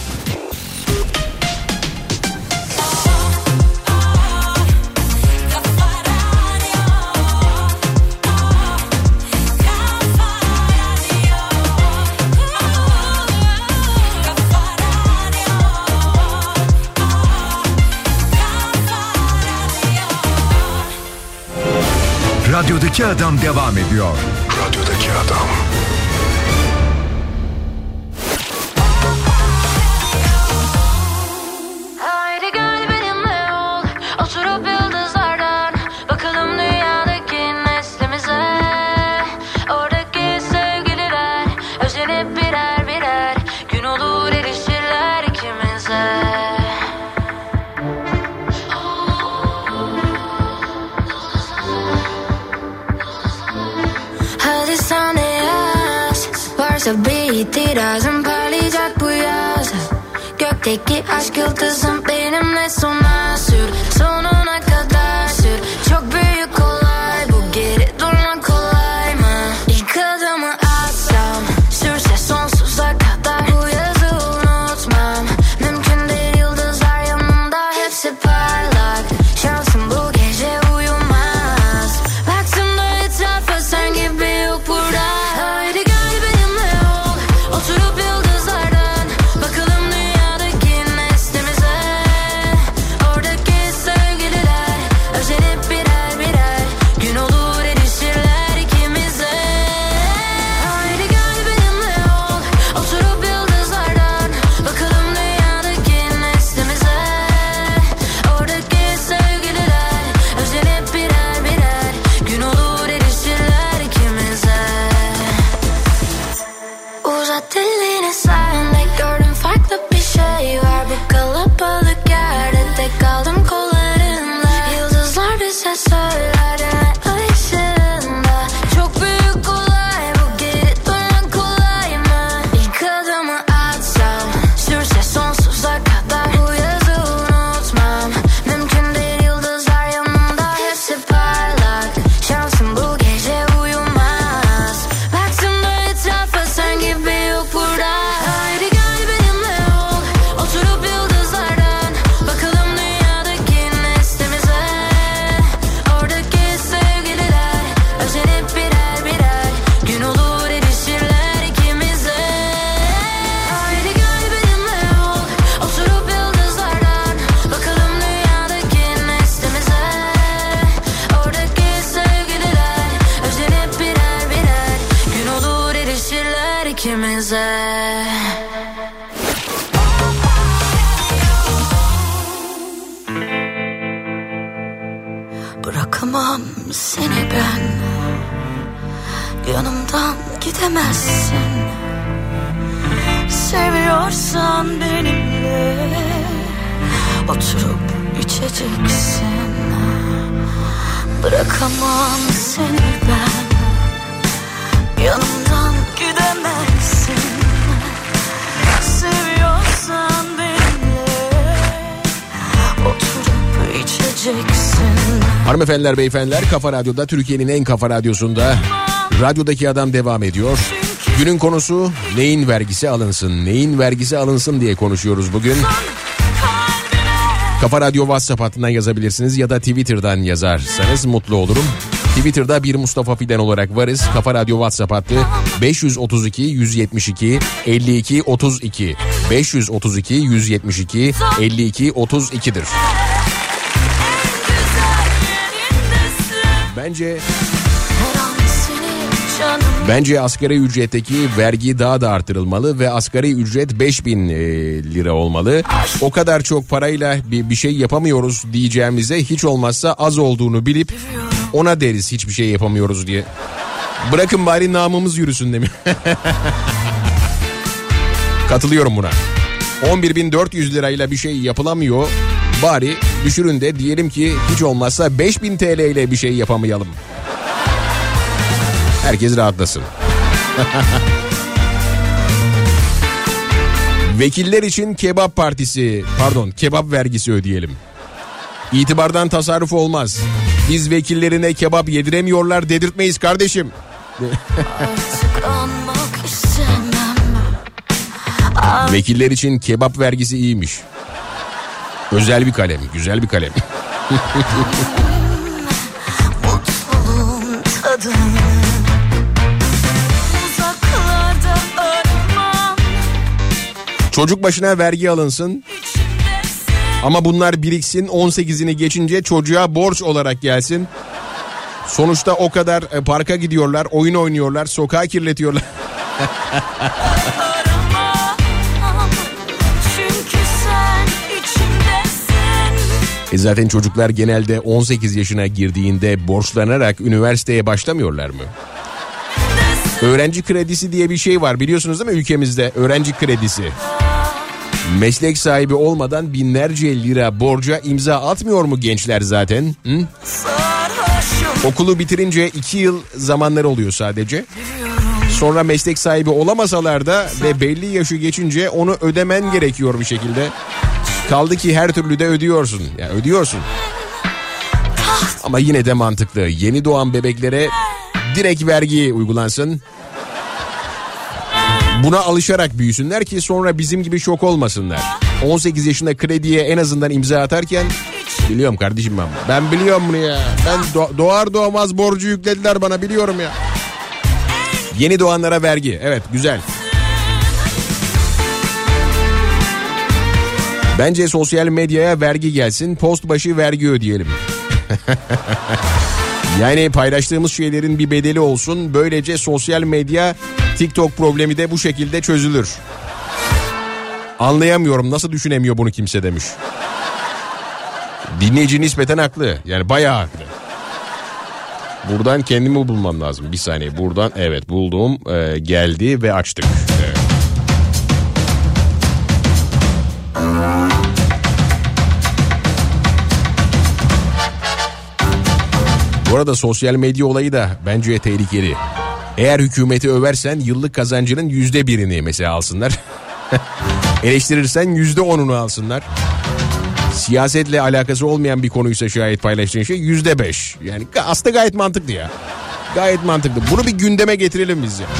Radyodaki Adam devam ediyor. Radyodaki Adam. Haydi gel benimle ol, oturup yıldızlardan bakalım dünyadaki neslimize. Oradaki sevgililer özenip birer birer gün olur erişirler ikimize. Hadi sen de yaz, varsa bir itirazın parlayacak bu yaz. Gökteki aşk yıldızım benimle sona sür, sonuna kadar sür. Çok büyük olay bu, geri durmak kolay mı? İlk adımı atsam, sürse sonsuza kadar bu yazı unutmam. Mümkün değil, yıldızlar yanımda hepsi parlak. Şansım bu gece uyumaz. Baktım da etrafa, sen gibi yok burada. Haydi gel benimle ol, oturup yıldızlardan bakalım dünyadaki neslimize. Oradaki sevgililer özenip birer birer gün olur erişirler ikimize. Haydi gel benimle ol, oturup yıldızlardan bakalım dünyadaki neslimize. Oradaki sevgililer özenip birer birer gün olur erişirler ikimize. Uzat elini, sayende gördüm farklı bir şey var. Bu kalabalık yerde tek kaldım kollarında. Yıldızlar bize söyler ay ışığında. Çok büyük olay bu, geri dönmek kolay mı? İlk adımı atsam, sürse sonsuza kadar bu yazı unutmam. Mümkün değil, yıldızlar yanımda hepsi parlak. Şansım bu gece uyumaz. Baktım da etrafa, sen gibi yok burada. Haydi gel benimle ol, oturup yıldızlardan bakalım dünyadaki neslimize. Oradaki sevgililer özenip birer birer gün olur erişirler ikimize. Haydi gel benimle ol, oturup yıldızlardan bakalım dünyadaki neslimize. Oradaki sevgililer özenip birer birer gün olur erişirler ikimize. Bırakamam seni ben, yanımdan gidemezsin. Seviyorsan benimle oturup içeceksin. Bırakamam seni ben, yanımdan gidemezsin. Hanımefendiler, beyefendiler, Kafa Radyo'da, Türkiye'nin en kafa radyosunda Radyodaki Adam devam ediyor. Günün konusu neyin vergisi alınsın, neyin vergisi alınsın diye konuşuyoruz bugün. Kafa Radyo WhatsApp hattından yazabilirsiniz ya da Twitter'dan yazarsanız mutlu olurum. Twitter'da bir Mustafa Fidan olarak varız. Kafa Radyo WhatsApp hattı beş yüz otuz iki yüz yetmiş iki elli iki otuz iki beş yüz otuz iki yüz yetmiş iki elli iki otuz iki'dir. Bence Bence asgari ücretteki vergi daha da artırılmalı ve asgari ücret beş bin lira olmalı. O kadar çok parayla bir, bir şey yapamıyoruz diyeceğimize hiç olmazsa az olduğunu bilip ona deriz hiçbir şey yapamıyoruz diye. Bırakın bari namımız yürüsün demiş. Katılıyorum buna. on bir bin dört yüz lirayla bir şey yapılamıyor. Bari düşürün de diyelim ki hiç olmazsa beş bin T L ile bir şey yapamayalım. Herkes rahatlasın. Vekiller için kebap partisi, pardon kebap vergisi ödeyelim. İtibardan tasarruf olmaz. Biz vekillerine kebap yediremiyorlar dedirtmeyiz kardeşim. Vekiller için kebap vergisi iyiymiş. Özel bir kalem, güzel bir kalem. Çocuk başına vergi alınsın. Ama bunlar biriksin, on sekizini geçince çocuğa borç olarak gelsin. Sonuçta o kadar parka gidiyorlar, oyun oynuyorlar, sokağı kirletiyorlar. E zaten çocuklar genelde on sekiz yaşına girdiğinde borçlanarak üniversiteye başlamıyorlar mı? Öğrenci kredisi diye bir şey var biliyorsunuz değil mi ülkemizde? Öğrenci kredisi. Meslek sahibi olmadan binlerce lira borca imza atmıyor mu gençler zaten? Hı? Okulu bitirince iki yıl zamanları oluyor sadece. Sonra meslek sahibi olamasalar da ve belli yaşı geçince onu ödemen gerekiyor bir şekilde. Kaldı ki her türlü de ödüyorsun. Ya yani ödüyorsun. Ama yine de mantıklı. Yeni doğan bebeklere direkt vergi uygulansın. Buna alışarak büyüsünler ki sonra bizim gibi şok olmasınlar. on sekiz yaşında krediye en azından imza atarken biliyorum kardeşim ben. Ben biliyorum bunu ya. Ben do- doğar doğmaz borcu yüklediler bana biliyorum ya. Yeni doğanlara vergi. Evet güzel. Bence sosyal medyaya vergi gelsin. Post başı vergi ödeyelim. Yani paylaştığımız şeylerin bir bedeli olsun. Böylece sosyal medya TikTok problemi de bu şekilde çözülür. Anlayamıyorum nasıl düşünemiyor bunu kimse demiş. Dinleyici nispeten haklı. Yani bayağı haklı. Buradan kendimi bulmam lazım. Bir saniye buradan evet buldum. Ee, geldi ve açtık. Evet. Bu arada sosyal medya olayı da bence tehlikeli. Eğer hükümeti översen yıllık kazancının yüzde birini mesela alsınlar. Eleştirirsen yüzde onunu alsınlar. Siyasetle alakası olmayan bir konuysa şayet paylaştığın şey yüzde beş. Yani aslında gayet mantıklı ya. Gayet mantıklı. Bunu bir gündeme getirelim biz ya.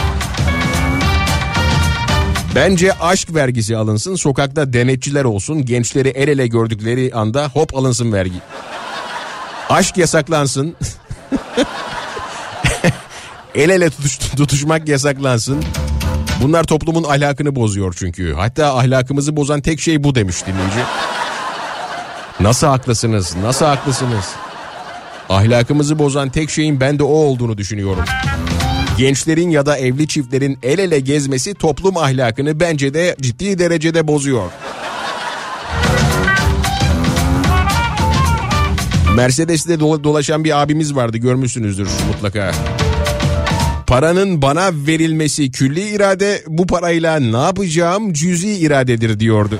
Bence aşk vergisi alınsın. Sokakta denetçiler olsun. Gençleri el ele gördükleri anda hop alınsın vergi. Aşk yasaklansın. El ele tutuş, tutuşmak yasaklansın. Bunlar toplumun ahlakını bozuyor çünkü. Hatta ahlakımızı bozan tek şey bu demiş dinleyici. Nasıl haklısınız? Nasıl haklısınız? Ahlakımızı bozan tek şeyin ben de o olduğunu düşünüyorum. Gençlerin ya da evli çiftlerin el ele gezmesi toplum ahlakını bence de ciddi derecede bozuyor. Mercedes'te dolaşan bir abimiz vardı, görmüşsünüzdür mutlaka. Paranın bana verilmesi külli irade, bu parayla ne yapacağım cüzi iradedir diyordu.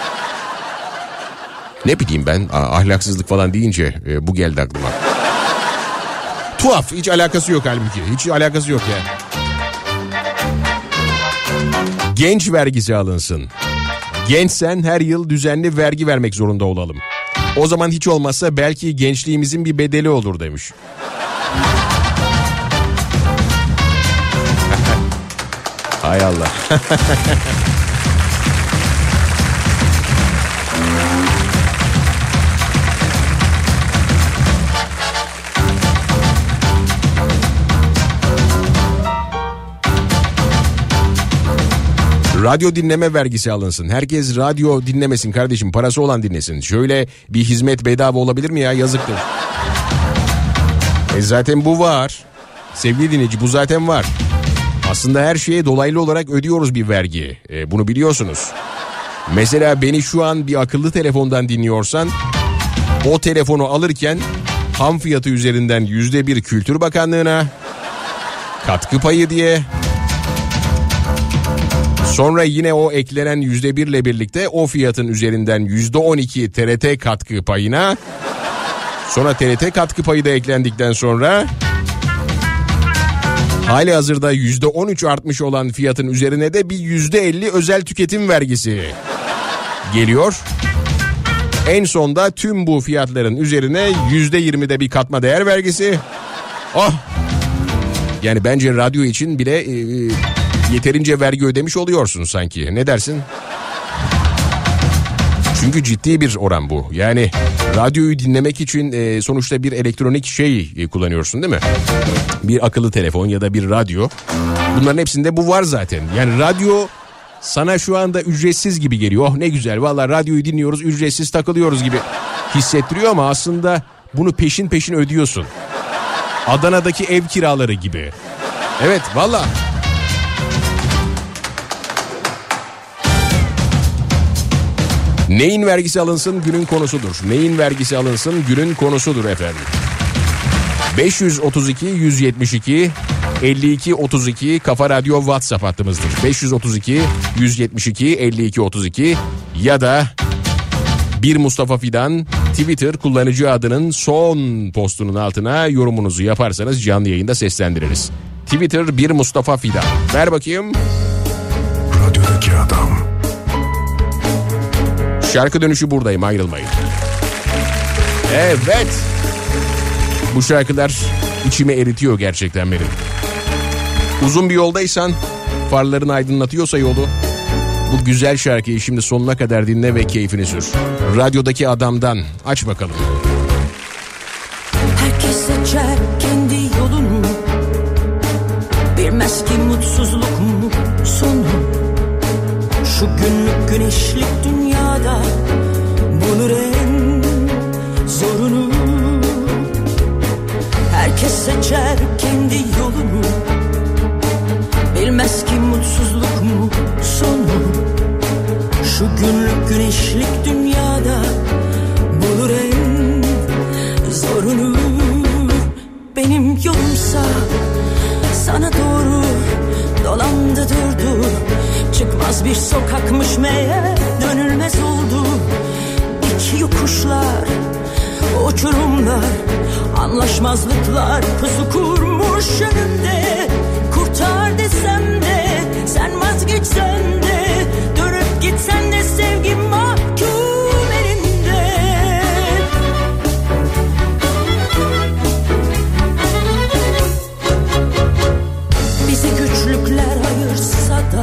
Ne bileyim ben, ahlaksızlık falan deyince e, bu geldi aklıma. Tuhaf, hiç alakası yok halbuki, hiç alakası yok ya. Genç vergisi alınsın. Gençsen her yıl düzenli vergi vermek zorunda olalım. O zaman hiç olmazsa belki gençliğimizin bir bedeli olur demiş. Hay Allah. Radyo dinleme vergisi alınsın. Herkes radyo dinlemesin kardeşim. Parası olan dinlesin. Şöyle bir hizmet bedava olabilir mi ya? Yazıktır. E zaten bu var. Sevgili dinleyici, bu zaten var. Aslında her şeye dolaylı olarak ödüyoruz bir vergi. E, bunu biliyorsunuz. Mesela beni şu an bir akıllı telefondan dinliyorsan, o telefonu alırken ham fiyatı üzerinden yüzde bir Kültür Bakanlığı'na katkı payı diye, sonra yine o eklenen yüzde birle birlikte o fiyatın üzerinden yüzde on iki T R T katkı payına, sonra T R T katkı payı da eklendikten sonra hali hazırda yüzde on üç artmış olan fiyatın üzerine de bir yüzde elli özel tüketim vergisi geliyor. En sonda tüm bu fiyatların üzerine yüzde yirmi de bir katma değer vergisi. Oh! Yani bence radyo için bile e, yeterince vergi ödemiş oluyorsun sanki. Ne dersin? Çünkü ciddi bir oran bu. Yani radyoyu dinlemek için e, sonuçta bir elektronik şey e, kullanıyorsun değil mi? Bir akıllı telefon ya da bir radyo. Bunların hepsinde bu var zaten. Yani radyo sana şu anda ücretsiz gibi geliyor. Oh ne güzel, vallahi radyoyu dinliyoruz, ücretsiz takılıyoruz gibi hissettiriyor ama aslında bunu peşin peşin ödüyorsun. Adana'daki ev kiraları gibi. Evet vallahi. Neyin vergisi alınsın günün konusudur. Neyin vergisi alınsın günün konusudur efendim. beş yüz otuz iki yüz yetmiş iki elli iki otuz iki Kafa Radyo WhatsApp hattımızdır. beş yüz otuz iki yüz yetmiş iki elli iki otuz iki ya da bir Mustafa Fidan Twitter kullanıcı adının son postunun altına yorumunuzu yaparsanız canlı yayında seslendiririz. Twitter bir Mustafa Fidan. Ver bakayım. Radyodaki adam. Şarkı dönüşü buradayım, ayrılmayın. Evet. Bu şarkılar içimi eritiyor gerçekten benim. Uzun bir yoldaysan, farların aydınlatıyorsa yolu, bu güzel şarkıyı şimdi sonuna kadar dinle ve keyfini sür. Radyodaki adamdan aç bakalım. Herkes seçer kendi yolunu, bilmez ki mutsuzluk mu sonu. Şu günlük güneşlik dünyada bulur en zorunu. Herkes seçer kendi yolunu, bilmez ki mutsuzluk mu sonu. Şu günlük güneşlik dünyada bulur en zorunu. Benim yolumsa sana doğru dolandı durdu. Çıkmaz bir sokakmış meğer, dönülmez oldu. İki yokuşlar, uçurumlar, anlaşmazlıklar pusu kurmuş önümde. Kurtar desem de, sen vazgeçsen de, dönüp gitsen de sevgim mahkum elinde. Bizi güçlükler ayırsa da,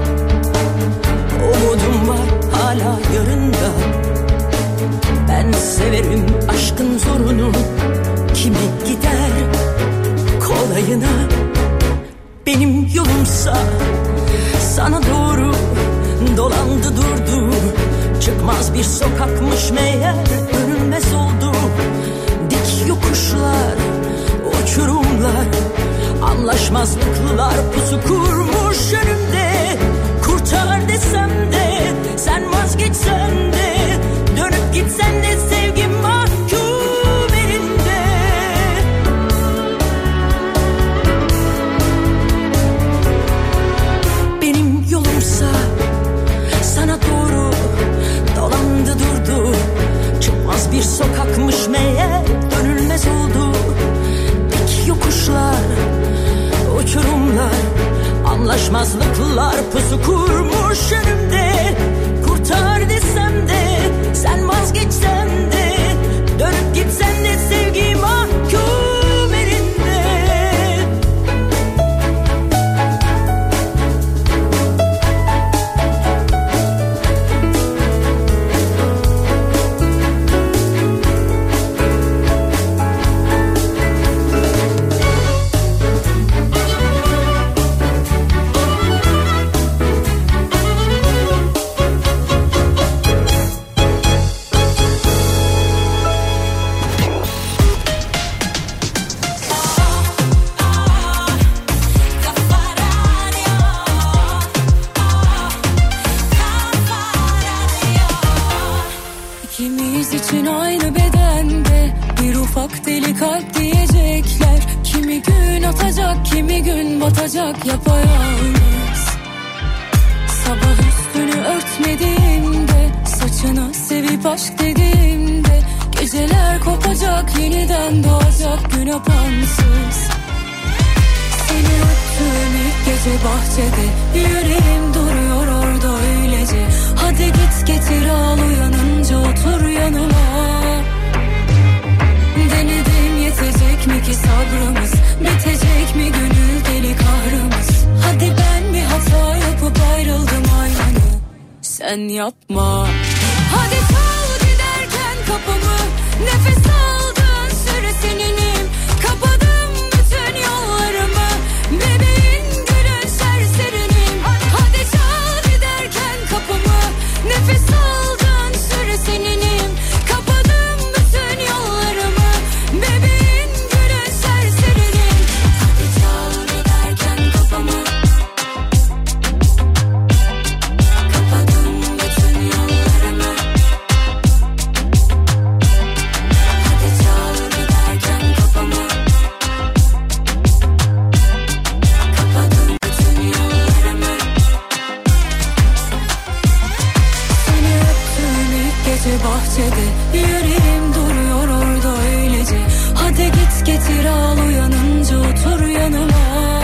umudum var hala yarında. Ben severim aşkın zorunu, kime gider kolayına. Benim yolumsa sana doğru dolandı durdu. Çıkmaz bir sokakmış meğer, dönülmez oldu. Dik yokuşlar, uçurumlar, anlaşmazlıklar pusu kurmuş önümde. Kurtar desem de, sen vazgeçsen de, dönüp gitsen de sevgim mahkum elinde. Benim yolumsa sana doğru dolandı durdu. Çıkmaz bir sokakmış meğer, dönülmez oldu. Dik yokuşlar, uçurumlar, anlaşmazlıklar pusu kurmuş önümde. Kurtar desem de, sen vazgeçsen de, İkimiz için aynı bedende bir ufak deli kalp diyecekler. Kimi gün atacak, kimi gün batacak yapayalnız. Sabah üstünü örtmediğimde, saçını sevip aşk dediğimde, geceler kopacak, yeniden doğacak gün apansız. Seni öptüğüm ilk gece bahçede, yüreğim duruyor orada öylece. Hadi git getir al, uyanınca otur yanıma. Denedim, yetecek mi ki sabrımız, bitecek mi gönül deli kahrımız. Hadi ben bir hata yapıp ayrıldım aynı, sen yapma. Hadi çal giderken kapımı, nefes aldığın süre seninim. Kapadım bütün yollarımı, bebeğin gülün serserinim. Hadi çal giderken kapımı, nefes aldığın süre seninim. Kapadım bütün yollarımı, bebeğin gülün serserinim. Hadi çal giderken kapımı, kapadım bütün yollarımı. Hadi çal giderken kapımı, kapadım bütün yollarımı. Seni öptüğüm ilk gece bahçede, yüreğim duruyor orada öylece. Hadi git getir al, uyanınca otur yanıma.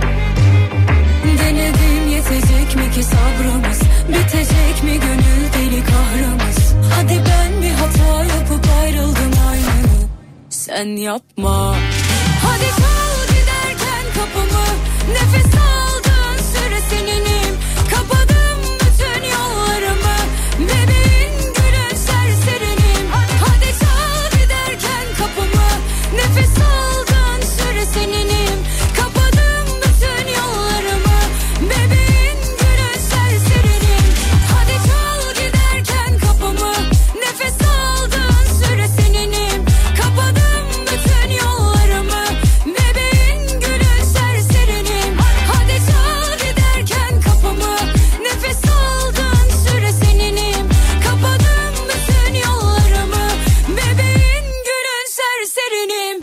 Denedim, yetecek mi ki sabrımız, bitecek mi gönül deli kahrımız. Hadi ben bir hata yapıp ayrıldım aynı, sen yapma. Hadi çal giderken kapımı, nefes aldığın süre seninim. Kapadım bütün yollarımı, bebeğin gülün serserinim. Hadi çal giderken kapımı, nefes aldığın süre seninim. Kapadım bütün yollarımı, bebeğin gülün serserinim. Hadi çal giderken kapımı, nefes aldığın süre seninim. Kapadım bütün yollarımı, bebeğin gülün serserinim. Hadi çal giderken kapımı, nefes aldığın süre seninim. Kapadım bütün yollarımı, bebeğin gülün serserinim.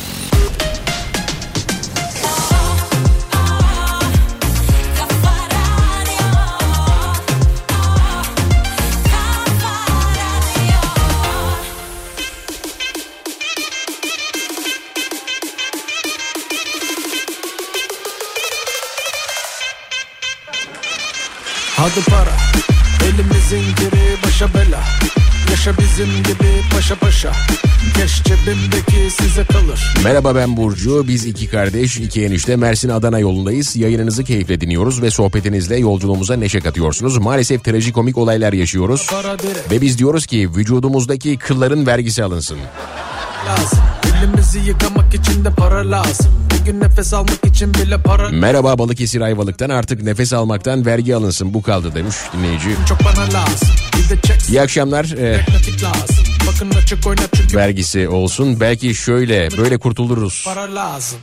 Hadi para, elimizin geri başa bela. Yaşa bizim gibi paşa paşa. Keş cebimdeki size kalır. Merhaba, ben Burcu. Biz iki kardeş, iki enişte Mersin Adana yolundayız. Yayınınızı keyifle dinliyoruz ve sohbetinizle yolculuğumuza neşe katıyorsunuz. Maalesef trajikomik olaylar yaşıyoruz. Para direkt Ve biz diyoruz ki vücudumuzdaki kılların vergisi alınsın. lazım. Elimizi yıkamak için de para lazım. Bugün nefes almak için bile para. Merhaba, Balıkesir Ayvalık'tan artık nefes almaktan vergi alınsın. Bu kaldı demiş dinleyici. Çok bana lazım. Bir de çek. İyi akşamlar. Ee, Nakit lazım. Bakın açık oyna çünkü vergisi olsun. Belki şöyle böyle kurtuluruz. para lazım.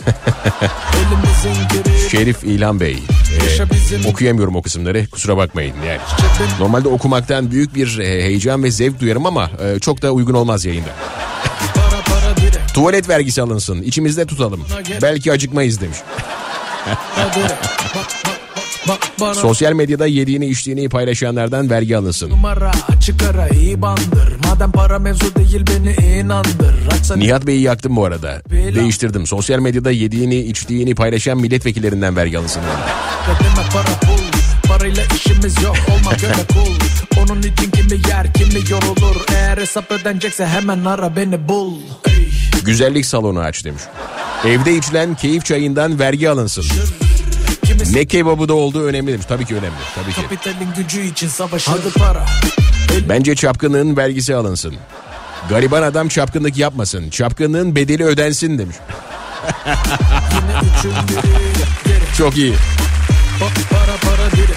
Elimizin geri Şerif İlhan Bey. Ee, okuyamıyorum o kısımları. Kusura bakmayın yani. Normalde okumaktan büyük bir e, heyecan ve zevk duyarım ama e, çok da uygun olmaz yayında. para para direkt. Tuvalet vergisi alınsın. İçimizde tutalım. Belki acıkmayız demiş. Para direkt. Bak bak bak bak bana. Sosyal medyada yediğini içtiğini paylaşanlardan vergi alınsın. Numara açık ara iyi bandır. Madem para mevzu değil beni inandır. Açsa Nihat Bey'i yaktım bu arada. Değiştirdim. Sosyal medyada yediğini içtiğini paylaşan milletvekillerinden vergi alınsın. Deme para pul. Parayla işimiz yok, olma göre cool. Onun için kimi yer kimi yorulur. Eğer hesap ödenecekse hemen ara beni bul. Ey. Güzellik salonu aç demiş. Evde içilen keyif çayından vergi alınsın. Kimisi Ne kebabı da olduğu önemli demiş. Tabii ki önemli. Tabii ki. kapitalin gücü için savaşır. Hadi para. Bence çapkınlığın vergisi alınsın. Gariban adam çapkınlık yapmasın. Çapkınlığın bedeli ödensin demiş. Yine üçün biri geri. Çok iyi. Bak para para direkt.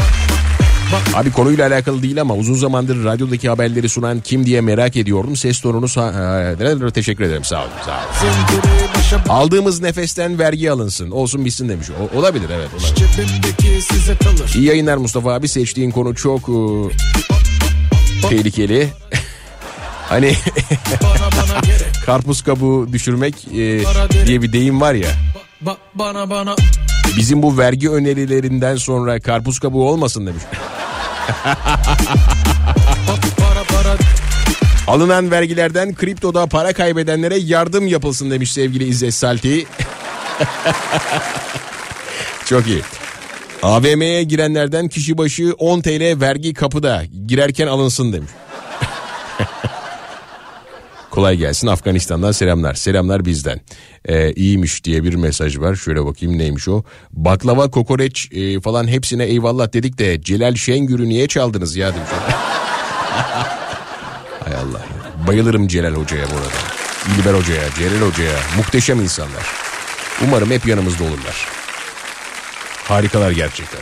Abi konuyla alakalı değil ama uzun zamandır radyodaki haberleri sunan kim diye merak ediyordum. Ses tonunu sa- teşekkür ederim, sağ olun, sağ olun. Zinciri başa Aldığımız nefesten vergi alınsın. Olsun bitsin demiş. O- olabilir evet. Olabilir. cebimdeki size kalır. İyi yayınlar Mustafa abi. Seçtiğin konu çok e, tehlikeli. Hani karpuz kabuğu düşürmek e, diye bir deyim var ya. Ba- bana bana Bizim bu vergi önerilerinden sonra karpuz kabuğu olmasın demiş. para para Alınan vergilerden kriptoda para kaybedenlere yardım yapılsın demiş sevgili İzzet Salti. Çok iyi. A V M'ye girenlerden kişi başı on TL vergi kapıda girerken alınsın demiş. Kolay gelsin, Afganistan'dan selamlar. Selamlar bizden. Ee, iyiymiş diye bir mesaj var. Şöyle bakayım neymiş o. Baklava, kokoreç e, falan hepsine eyvallah dedik de Celal Şengör'ü niye çaldınız ya demiş. Hay Allah. Bayılırım Celal Hoca'ya bu arada. İlber Hoca'ya, Celal Hoca'ya. Muhteşem insanlar. Umarım hep yanımızda olurlar. Harikalar gerçekten.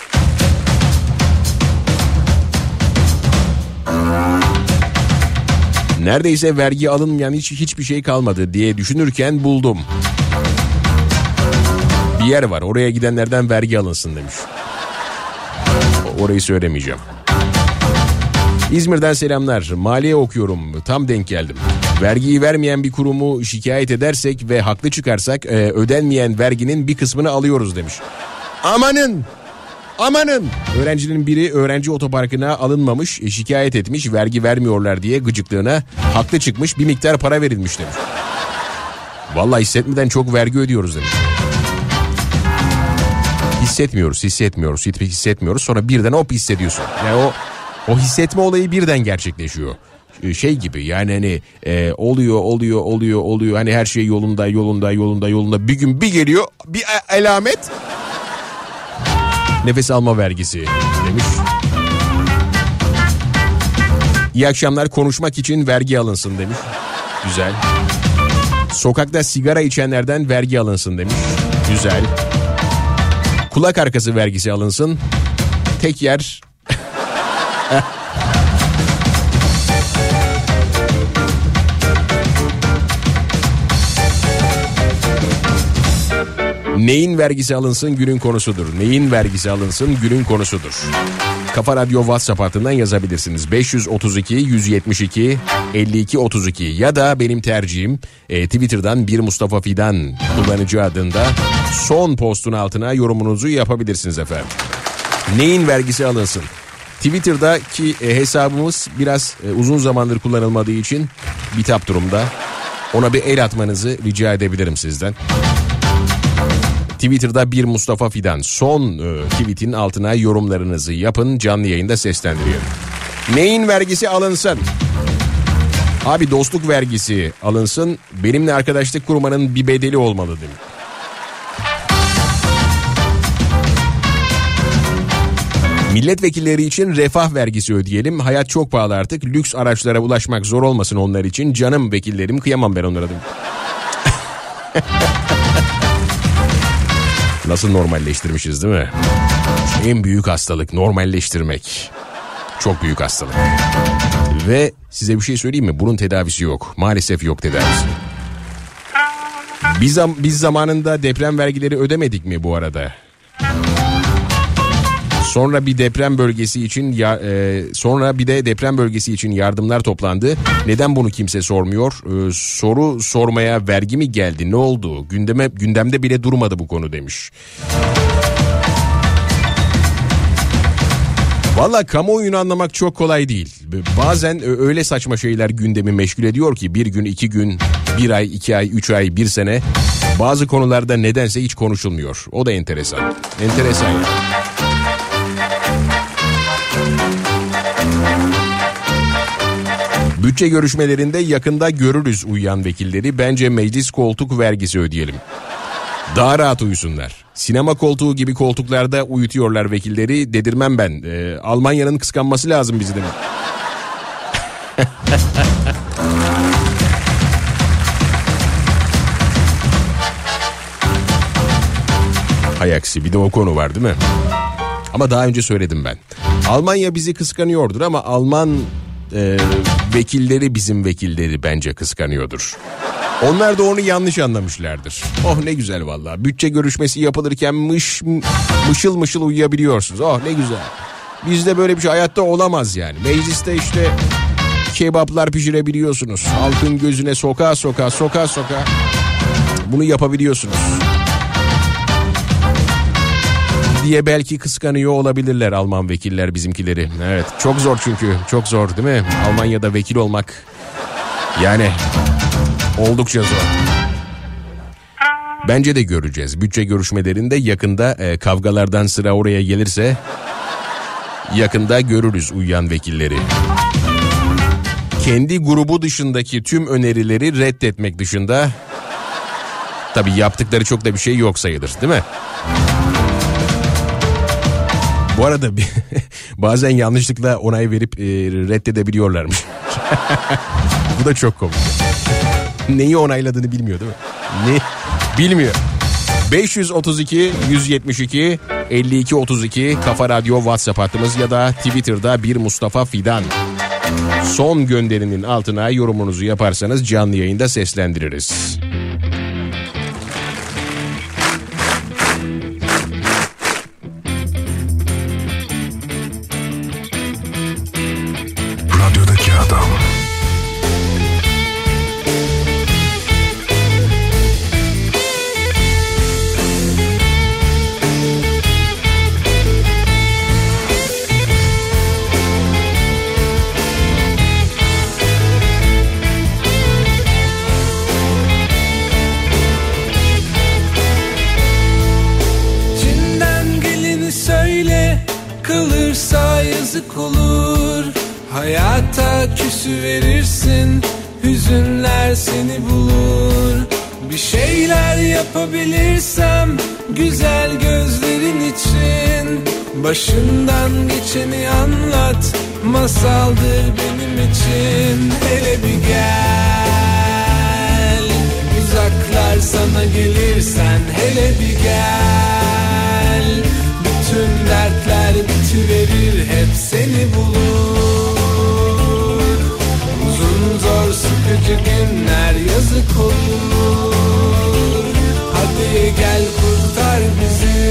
Neredeyse vergi alınmayan hiç hiçbir şey kalmadı diye düşünürken buldum. Bir yer var, oraya gidenlerden vergi alınsın demiş. Orayı söylemeyeceğim. İzmir'den selamlar. Maliye okuyorum. Tam denk geldim. Vergiyi vermeyen bir kurumu şikayet edersek ve haklı çıkarsak e, ödenmeyen verginin bir kısmını alıyoruz demiş. Amanın! Amanın! Öğrencinin biri öğrenci otoparkına alınmamış, şikayet etmiş, vergi vermiyorlar diye gıcıklığına haklı çıkmış, bir miktar para verilmiş demiş. Vallahi hissetmeden çok vergi ödüyoruz demiş. Hissetmiyoruz, hissetmiyoruz, hissetmiyoruz. Sonra birden hop hissediyorsun. Yani o o hissetme olayı birden gerçekleşiyor. Şey gibi yani hani e, oluyor oluyor oluyor oluyor hani her şey yolunda yolunda yolunda yolunda bir gün bir geliyor bir alamet. Nefes alma vergisi demiş. İyi akşamlar, konuşmak için vergi alınsın demiş. Güzel. Sokakta sigara içenlerden vergi alınsın demiş. Güzel. Kulak arkası vergisi alınsın. Tek yer. Neyin vergisi alınsın günün konusudur. Neyin vergisi alınsın günün konusudur. Kafa Radyo WhatsApp hattından yazabilirsiniz. beş yüz otuz iki yüz yetmiş iki elli iki otuz iki ya da benim tercihim e, Twitter'dan bir Mustafa Fidan kullanıcı adında son postun altına yorumunuzu yapabilirsiniz efendim. Neyin vergisi alınsın? Twitter'daki e, hesabımız biraz e, uzun zamandır kullanılmadığı için bitap durumda. Ona bir el atmanızı rica edebilirim sizden. Twitter'da bir Mustafa Fidan son e, tweetin altına yorumlarınızı yapın, canlı yayında seslendiriyorum. Neyin vergisi alınsın? Abi dostluk vergisi alınsın, benimle arkadaşlık kurmanın bir bedeli olmalı demiş. Milletvekilleri için refah vergisi ödeyelim. Hayat çok pahalı artık. Lüks araçlara ulaşmak zor olmasın onlar için. Canım vekillerim, kıyamam ben onlara demiş. Nasıl normalleştirmişiz değil mi? En büyük hastalık normalleştirmek. Çok büyük hastalık. Ve size bir şey söyleyeyim mi? Bunun tedavisi yok. Maalesef yok tedavisi. Biz, biz zamanında deprem vergileri ödemedik mi bu arada? Sonra bir deprem bölgesi için ya, e, sonra bir de deprem bölgesi için yardımlar toplandı. Neden bunu kimse sormuyor? E, soru sormaya vergi mi geldi? Ne oldu? Gündeme gündemde bile durmadı bu konu demiş. Valla kamuoyunu anlamak çok kolay değil. Bazen öyle saçma şeyler gündemi meşgul ediyor ki bir gün, iki gün, bir ay, iki ay, üç ay, bir sene bazı konularda nedense hiç konuşulmuyor. O da enteresan. Enteresan yani. Bütçe görüşmelerinde yakında görürüz uyuyan vekilleri. Bence meclis koltuk vergisi ödeyelim. Daha rahat uyusunlar. Sinema koltuğu gibi koltuklarda uyutuyorlar vekilleri. Dedirmem ben. Ee, Almanya'nın kıskanması lazım bizi demek. Hay aksi, bir de o konu var değil mi? Ama daha önce söyledim ben. Almanya bizi kıskanıyordur ama Alman e, vekilleri bizim vekilleri bence kıskanıyordur. Onlar da onu yanlış anlamışlardır. Oh ne güzel vallahi. Bütçe görüşmesi yapılırken mış, mışıl mışıl uyuyabiliyorsunuz. Oh ne güzel. Bizde böyle bir şey hayatta olamaz yani. Mecliste işte kebaplar pişirebiliyorsunuz. Halkın gözüne soka soka soka soka bunu yapabiliyorsunuz. Diye belki kıskanıyor olabilirler Alman vekiller bizimkileri. Evet, çok zor çünkü, çok zor değil mi? Almanya'da vekil olmak yani oldukça zor. Bence de göreceğiz. Bütçe görüşmelerinde yakında e, kavgalardan sıra oraya gelirse yakında görürüz uyuyan vekilleri. Kendi grubu dışındaki tüm önerileri reddetmek dışında tabii yaptıkları çok da bir şey yok sayılır, değil mi? Bu arada bir, bazen yanlışlıkla onay verip e, reddedebiliyorlarmış. Bu da çok komik. Neyi onayladığını bilmiyor değil mi? Ne? Bilmiyor. beş yüz otuz iki yüz yetmiş iki elli iki otuz iki Kafa Radyo WhatsApp hattımız ya da Twitter'da bir Mustafa Fidan. Son gönderinin altına yorumunuzu yaparsanız canlı yayında seslendiririz. Radyodaki adam. Kalırsa yazık olur. Hayata küsü verirsin, hüzünler seni bulur. Bir şeyler yapabilirsem güzel gözlerin için, başından geçeni anlat, masaldır benim için. Hele bir gel, uzaklar sana gelirsen hele bir gel. Tüm dertler bitiverir, hep seni bulur. Uzun zor sıkıcı günler yazık olur. Hadi gel kurtar bizi.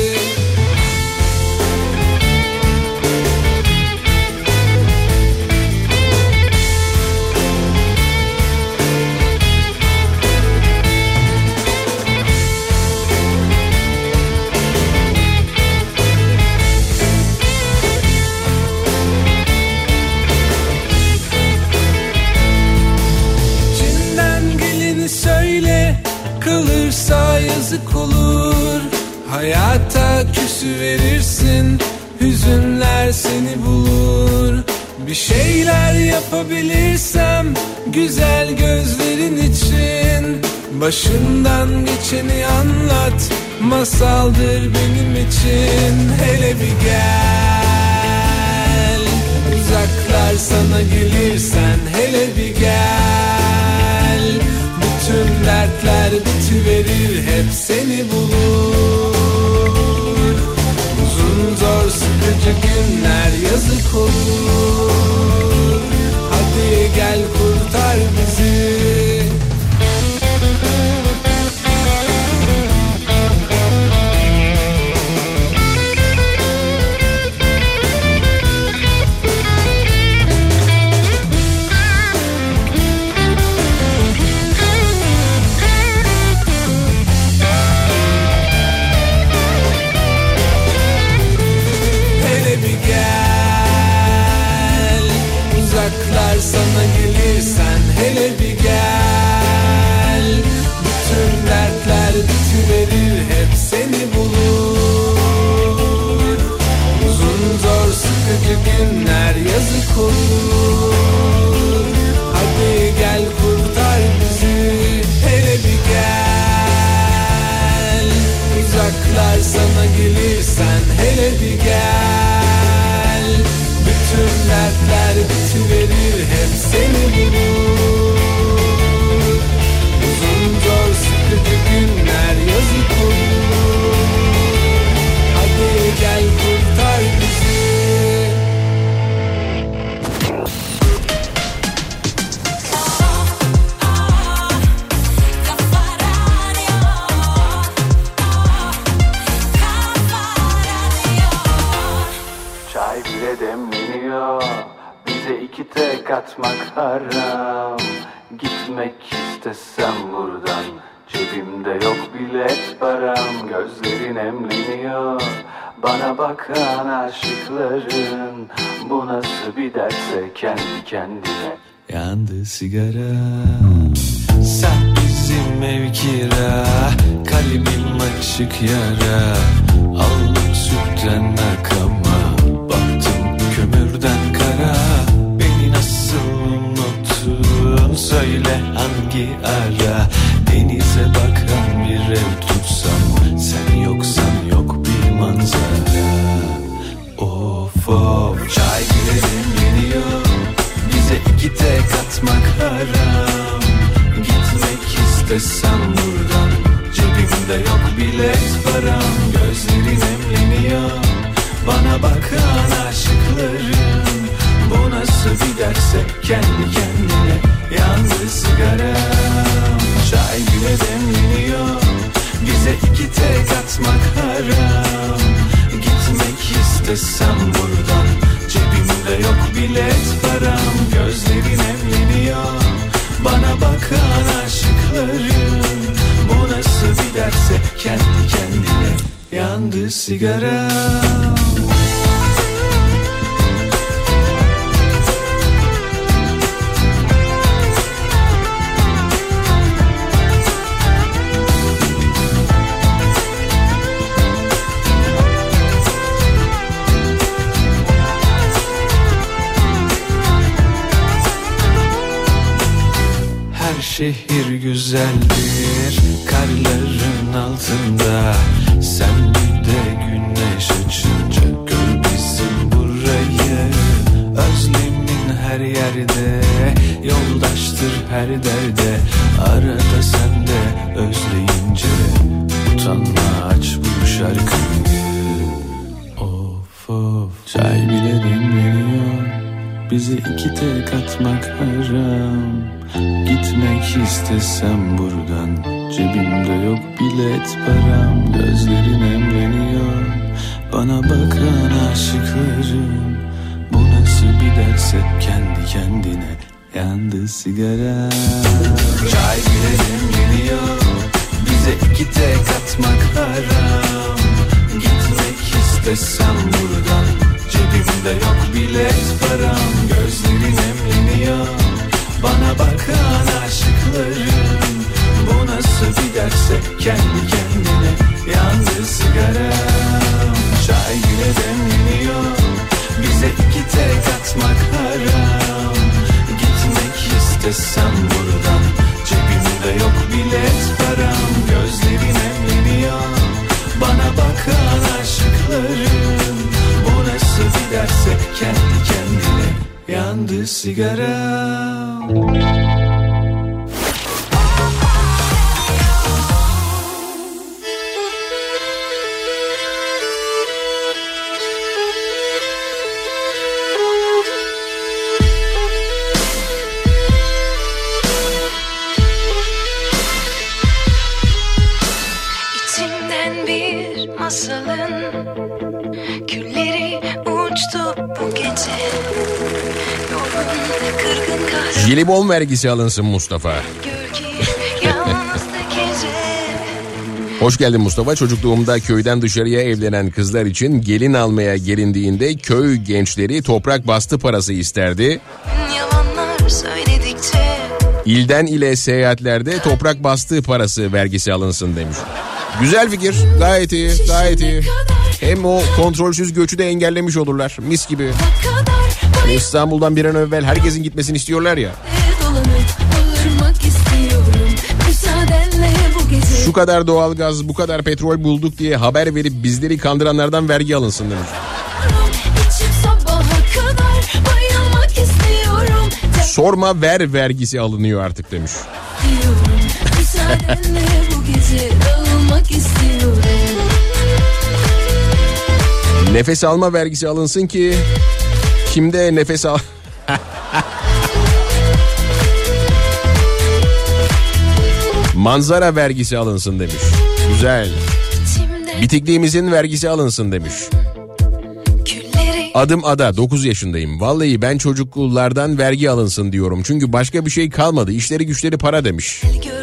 Kalırsa yazık olur. Hayata küsü verirsin, hüzünler seni bulur. Bir şeyler yapabilirsem güzel gözlerin için, başından geçeni anlat, masaldır benim için. Hele bir gel, uzaklar sana gelirsen hele bir gel. Tüm dertler bitiverir, hep seni bulur. Uzun zor sıkıcı günler yazık olur. Hadi gel kurtar bizi. Sana gelirsen hele bir gel. Bütün dertler bitiverir, hep seni bulur. Uzun zor sıkıcı günler yazık olur. Hadi gel kurtar bizi. Hele bir gel, uzaklar sana gelirsen hele bir gel. Bütün dertler bitiverir, hep seni bulur. Uzun zor sıkıcı günler yazık olur. Hadi gel kurtar bizi. atmak haram. Gitmek istesem buradan, cebimde yok bilet param. Gözlerin emleniyor bana bakan aşıkların. Bu nasıl bir derse kendi kendine. Yandı sigara. Sen bizim ev kira, kalbim açık yara. Aldım sütten akama, baktım kömürden kara. Beni nasıl unuttun söyle hangi ara. Denize bakan bir ev tutsam, sen yoksan yok bir manzara. Of of, çay bile demleniyor, bize iki tek atmak haram. Gitmek istesem buradan, cebimde yok bilet param. Gözlerin emleniyor bana bakan aşıkların. Bu nasıl bir derse kendi kendine. Yandı sigaram, çay bile demleniyor, bize iki tek atmak haram. Gitmek istesem buradan, cebimde yok bilet param. Gözlerin emleniyor bana bakan aşıkların. Bu nasıl bir derse kendi kendine. Yandı sigaram. Şehir güzeldir karların altında. Sen bir de güneş açınca gör bizim burayı. Özlemin her yerde, yoldaştır her derde. Arada sen de özleyince utanma, aç bu şarkıyı. Of of, çay bile demleniyor, bize iki tek atmak haram. Gitmek istesem buradan, cebimde yok bilet param. Gözlerin emleniyor bana bakan aşıkların. Bu nasıl bir ders hep kendi kendine. Yandı sigara. Çay bile demleniyor, bize iki tek atmak haram. Gitmek istesem buradan, cebimde yok bilet param. Gözlerin emleniyor bana bakan aşıkların. Bu nasıl bir derse kendi kendine. Yandı sigaram, çay bile demleniyor, bize iki tek atmak haram. Gitmek istesem buradan, cebimde yok bilet param. Gözlerin emleniyor bana bakan aşıkların. Bu nasıl bir derse kendi kendine. Yandı sigaram. İçimden bir masalın külleri uçtu bu gece. Jelibon vergisi alınsın Mustafa. Hoş geldin Mustafa. Çocukluğumda köyden dışarıya evlenen kızlar için gelin almaya gelindiğinde köy gençleri toprak bastı parası isterdi. İlden ile seyahatlerde toprak bastı parası vergisi alınsın demiş. Güzel fikir. Gayet iyi, gayet iyi. Hem o kontrolsüz göçü de engellemiş olurlar. Mis gibi. Yani İstanbul'dan bir an evvel herkesin gitmesini istiyorlar ya. Şu kadar doğalgaz, bu kadar petrol bulduk diye haber verip bizleri kandıranlardan vergi alınsın demiş. Sorma ver vergisi alınıyor artık demiş. Nefes alma vergisi alınsın ki kimde nefes al... Manzara vergisi alınsın demiş. Güzel. Bitikliğimizin vergisi alınsın demiş. Külleri Adım Ada, dokuz yaşındayım. Vallahi ben çocuklardan vergi alınsın diyorum. Çünkü başka bir şey kalmadı. İşleri güçleri para demiş.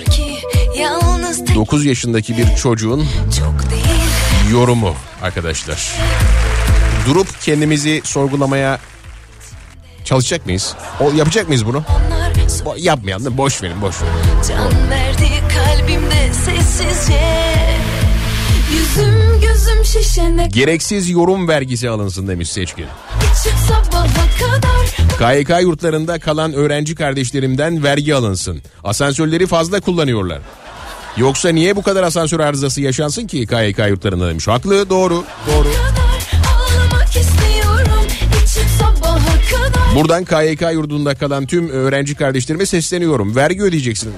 dokuz yaşındaki bir çocuğun yorumu arkadaşlar. Durup kendimizi sorgulamaya çalışacak mıyız? O, yapacak mıyız bunu? Bo- yapmayalım, boş verin, boş verin. Can verdi kalbimde sessizce. Yüzüm gözüm şişene. Gereksiz yorum vergisi alınsın demiş Seçkin. İçim sabaha kadar. K Y K yurtlarında kalan öğrenci kardeşlerimden vergi alınsın. Asansörleri fazla kullanıyorlar. Yoksa niye bu kadar asansör arızası yaşansın ki K Y K yurtlarında demiş. Haklı, doğru, doğru. Buradan K Y K yurdunda kalan tüm öğrenci kardeşlerime sesleniyorum. Vergi ödeyeceksiniz.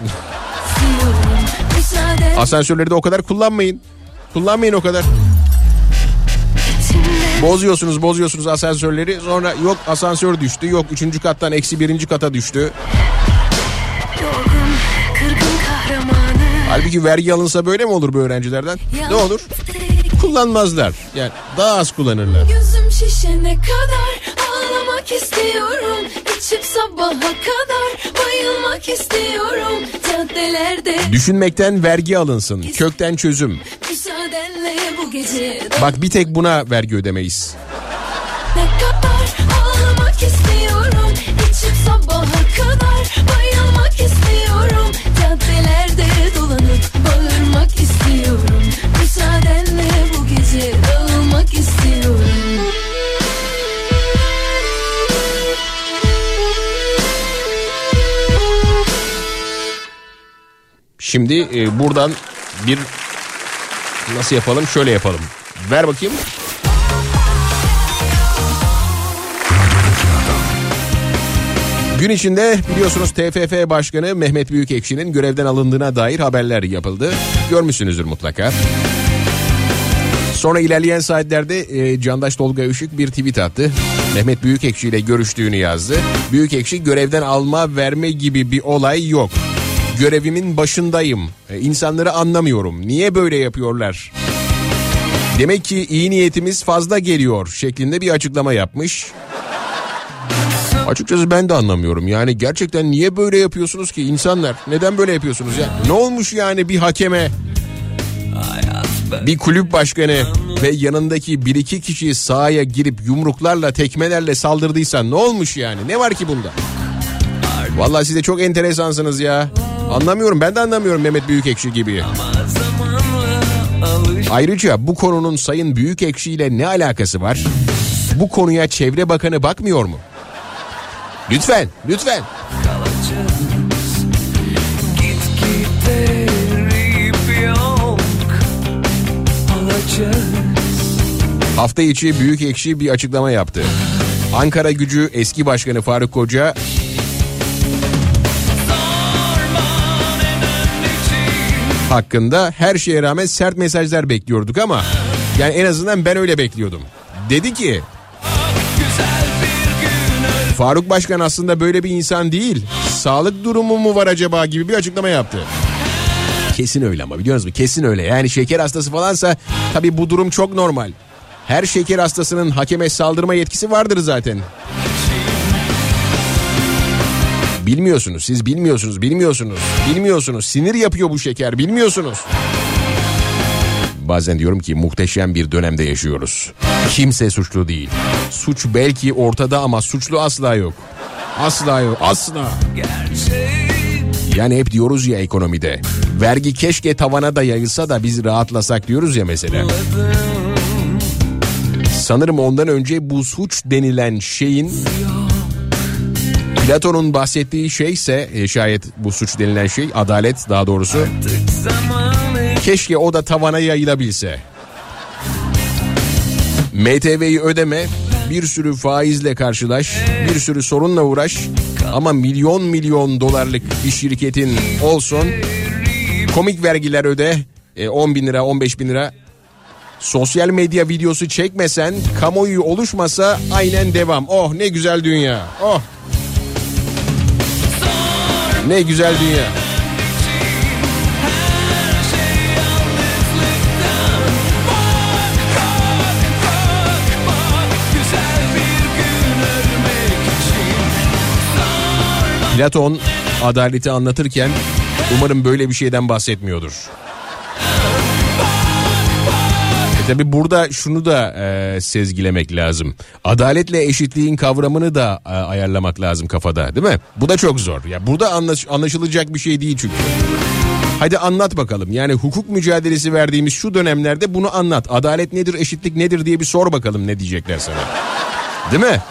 Asansörleri de o kadar kullanmayın. Kullanmayın o kadar. Bozuyorsunuz bozuyorsunuz asansörleri. Sonra yok asansör düştü. Yok üçüncü kattan eksi birinci kata düştü. Halbuki vergi alınsa böyle mi olur bu öğrencilerden? Ne olur? Kullanmazlar. Yani daha az kullanırlar. Gözüm şişene kadar ağlamak istiyorum. İçip sabaha kadar bayılmak istiyorum. Caddelerde düşünmekten vergi alınsın. Kökten çözüm. müsaadenle bu gece. Bak bir tek buna vergi ödemeyiz. Ne kadar ağlamak istiyorum. İçip sabaha kadar bayılmak istiyorum. Caddelerde dolanıp bağırmak istiyorum. Müsaadenle bu gece dağılmak istiyorum. Şimdi e, buradan bir nasıl yapalım? Şöyle yapalım. Ver bakayım. Gün içinde biliyorsunuz T F F Başkanı Mehmet Büyükekşi'nin görevden alındığına dair haberler yapıldı. Görmüşsünüzdür mutlaka. Sonra ilerleyen saatlerde e, Candaş Tolga Işık bir tweet attı. Mehmet Büyükekşi ile görüştüğünü yazdı. Büyükekşi görevden alma verme gibi bir olay yok. Görevimin başındayım. E, insanları anlamıyorum. Niye böyle yapıyorlar? Demek ki iyi niyetimiz fazla geliyor şeklinde bir açıklama yapmış. Açıkçası ben de anlamıyorum. Yani gerçekten niye böyle yapıyorsunuz ki insanlar? Neden böyle yapıyorsunuz ya? Ne olmuş yani bir hakeme, bir kulüp başkanı ve yanındaki bir iki kişi sahaya girip yumruklarla, tekmelerle saldırdıysa ne olmuş yani? Ne var ki bunda? Vallahi siz de çok enteresansınız ya. Anlamıyorum, ben de anlamıyorum Mehmet Büyükekşi gibi. Ayrıca bu konunun Sayın Büyükekşi ile ne alakası var? Bu konuya Çevre Bakanı bakmıyor mu? Lütfen, lütfen. Hafta içi Büyükekşi bir açıklama yaptı. Ankara Gücü eski başkanı Faruk Koca hakkında her şeye rağmen sert mesajlar bekliyorduk ama yani en azından ben öyle bekliyordum. Dedi ki Faruk Başkan aslında böyle bir insan değil. Sağlık durumu mu var acaba gibi bir açıklama yaptı. Kesin öyle ama biliyor musunuz? Kesin öyle. Yani şeker hastası falansa tabii bu durum çok normal. Her şeker hastasının hakeme saldırma yetkisi vardır zaten. Bilmiyorsunuz, siz bilmiyorsunuz, bilmiyorsunuz, bilmiyorsunuz. Sinir yapıyor bu şeker, bilmiyorsunuz. Bazen diyorum ki muhteşem bir dönemde yaşıyoruz. Kimse suçlu değil. Suç belki ortada ama suçlu asla yok. Asla yok, asla. Yani hep diyoruz ya ekonomide. Vergi keşke tavana da yayılsa da biz rahatlasak diyoruz ya mesela. Sanırım ondan önce bu suç denilen şeyin... Platon'un bahsettiği şeyse e, şayet bu suç denilen şey, adalet daha doğrusu, keşke o da tavana yayılabilse. M T V'yi ödeme, bir sürü faizle karşılaş, bir sürü sorunla uğraş ama milyon milyon dolarlık bir şirketin olsun, komik vergiler öde, e, on bin lira on beş bin lira, sosyal medya videosu çekmesen, kamuoyu oluşmasa aynen devam. Oh ne güzel dünya, oh. Ne güzel dünya. Platon adaleti anlatırken umarım böyle bir şeyden bahsetmiyordur. E tabi burada şunu da e, sezgilemek lazım. Adaletle eşitliğin kavramını da e, ayarlamak lazım kafada, değil mi? Bu da çok zor. Ya burada anlaş, anlaşılacak bir şey değil çünkü. Hadi anlat bakalım. Yani hukuk mücadelesi verdiğimiz şu dönemlerde bunu anlat. Adalet nedir, eşitlik nedir diye bir sor bakalım, ne diyecekler sana. Değil mi?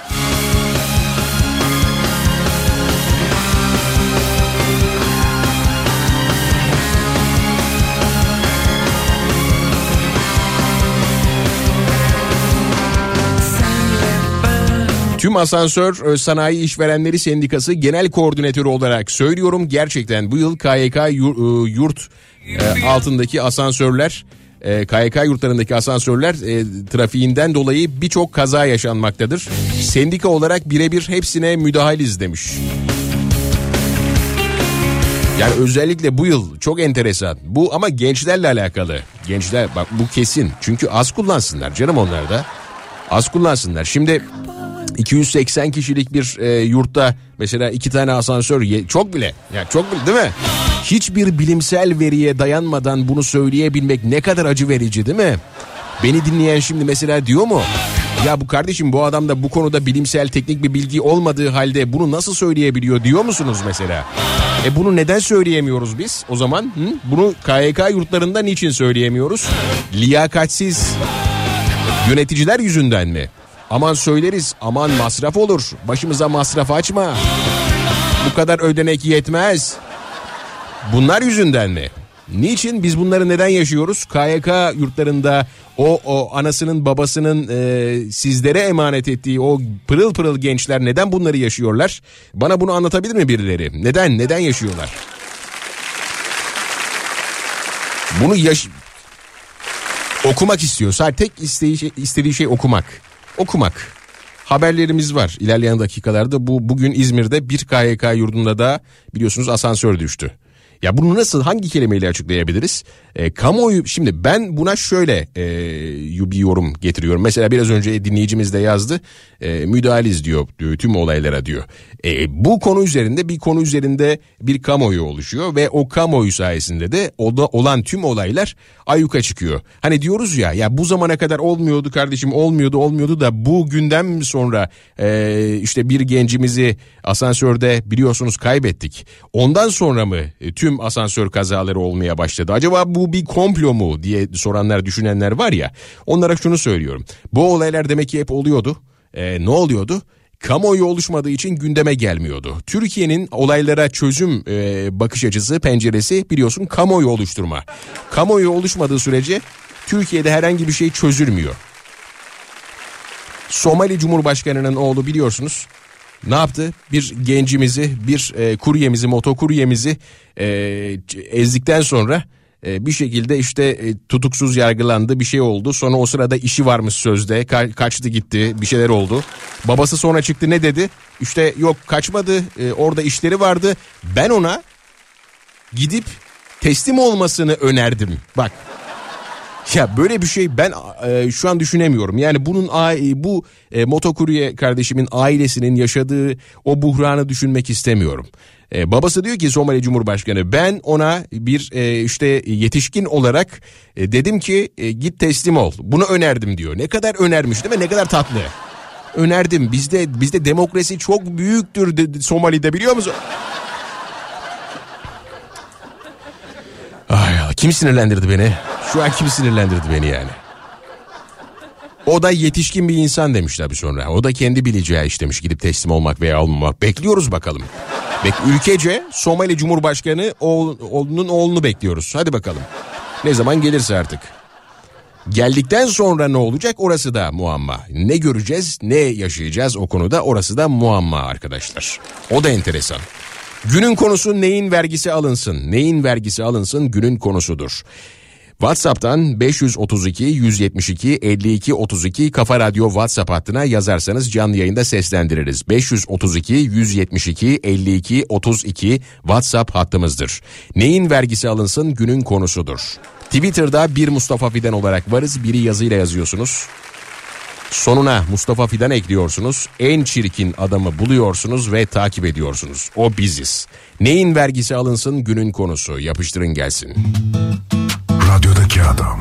Tüm Asansör Sanayi İşverenleri Sendikası Genel Koordinatörü olarak söylüyorum. Gerçekten bu yıl K Y K yurt altındaki asansörler, K Y K yurtlarındaki asansörler trafiğinden dolayı birçok kaza yaşanmaktadır. Sendika olarak birebir hepsine müdahaliz demiş. Yani özellikle bu yıl çok enteresan. Bu ama gençlerle alakalı. Gençler bak, bu kesin. Çünkü az kullansınlar canım, onlar da. Az kullansınlar. Şimdi iki yüz seksen kişilik bir e, yurtta mesela iki tane asansör ye- çok bile. Yani çok bile, değil mi? Hiçbir bilimsel veriye dayanmadan bunu söyleyebilmek ne kadar acı verici, değil mi? Beni dinleyen şimdi mesela diyor mu? Ya bu kardeşim, bu adam da bu konuda bilimsel teknik bir bilgi olmadığı halde bunu nasıl söyleyebiliyor diyor musunuz mesela? E bunu neden söyleyemiyoruz biz o zaman? Hı? Bunu K Y K yurtlarında niçin söyleyemiyoruz? Liyakatsiz yöneticiler yüzünden mi? Aman söyleriz, aman masraf olur, başımıza masraf açma, bu kadar ödenek yetmez. Bunlar yüzünden mi? Niçin? Biz bunları neden yaşıyoruz? K Y K yurtlarında o, o anasının babasının e, sizlere emanet ettiği o pırıl pırıl gençler neden bunları yaşıyorlar? Bana bunu anlatabilir mi birileri? Neden? Neden yaşıyorlar? Bunu yaş... Okumak istiyor. Sadece tek istediği şey, istediği şey okumak. Okumak. Haberlerimiz var. İlerleyen dakikalarda bu bugün İzmir'de bir K Y K yurdunda da biliyorsunuz asansör düştü. Ya bunu nasıl, hangi kelimeyle açıklayabiliriz? E, kamuoyu, şimdi ben buna şöyle e, bir yorum getiriyorum. Mesela biraz önce dinleyicimiz de yazdı. E, müdahaliz diyor, diyor tüm olaylara diyor. E, bu konu üzerinde bir konu üzerinde bir kamuoyu oluşuyor ve o kamuoyu sayesinde de oda, olan tüm olaylar ayyuka çıkıyor. Hani diyoruz ya, ya bu zamana kadar olmuyordu kardeşim, olmuyordu olmuyordu da bu günden sonra e, işte bir gencimizi asansörde biliyorsunuz kaybettik. Ondan sonra mı e, tüm asansör kazaları olmaya başladı? Acaba bu bir komplo mu diye soranlar, düşünenler var ya, onlara şunu söylüyorum. Bu olaylar demek ki hep oluyordu. E, ne oluyordu? Kamuoyu oluşmadığı için gündeme gelmiyordu. Türkiye'nin olaylara çözüm e, bakış açısı, penceresi biliyorsun kamuoyu oluşturma. Kamuoyu oluşmadığı sürece Türkiye'de herhangi bir şey çözülmüyor. Somali Cumhurbaşkanı'nın oğlu biliyorsunuz ne yaptı? Bir gencimizi, bir e, kuryemizi, motokuryemizi e, ezdikten sonra e, bir şekilde işte e, tutuksuz yargılandı, bir şey oldu. Sonra o sırada işi varmış sözde, Ka- kaçtı gitti, bir şeyler oldu. Babası sonra çıktı, ne dedi? İşte yok kaçmadı, e, orada işleri vardı. Ben ona gidip teslim olmasını önerdim. Bak. Ya böyle bir şey ben e, şu an düşünemiyorum. Yani bunun bu e, motokurye kardeşimin ailesinin yaşadığı o buhranı düşünmek istemiyorum. E, babası diyor ki Somali Cumhurbaşkanı, ben ona bir e, işte yetişkin olarak e, dedim ki e, git teslim ol. Bunu önerdim diyor. Ne kadar önermiş değil mi? Ne kadar tatlı. Önerdim. Bizde bizde demokrasi çok büyüktür dedi Somali'de, biliyor musun? Ay Allah, kim sinirlendirdi beni? Şu an kim sinirlendirdi beni yani? O da yetişkin bir insan demiş tabii sonra. O da kendi bileceği iş demiş, gidip teslim olmak veya olmamak. Bekliyoruz bakalım. Bek ülkece Somali Cumhurbaşkanı oğlunun oğlunu bekliyoruz. Hadi bakalım. Ne zaman gelirse artık. Geldikten sonra ne olacak, orası da muamma. Ne göreceğiz, ne yaşayacağız o konuda, orası da muamma arkadaşlar. O da enteresan. Günün konusu neyin vergisi alınsın? Neyin vergisi alınsın günün konusudur. WhatsApp'tan beş yüz otuz iki yüz yetmiş iki elli iki otuz iki Kafa Radyo WhatsApp hattına yazarsanız canlı yayında seslendiririz. beş yüz otuz iki yüz yetmiş iki elli iki otuz iki WhatsApp hattımızdır. Neyin vergisi alınsın günün konusudur. Twitter'da bir Mustafa Fidan olarak varız. Biri yazıyla yazıyorsunuz. Sonuna Mustafa Fidan ekliyorsunuz. En çirkin adamı buluyorsunuz ve takip ediyorsunuz. O biziz. Neyin vergisi alınsın günün konusu. Yapıştırın gelsin. Radyodaki adam.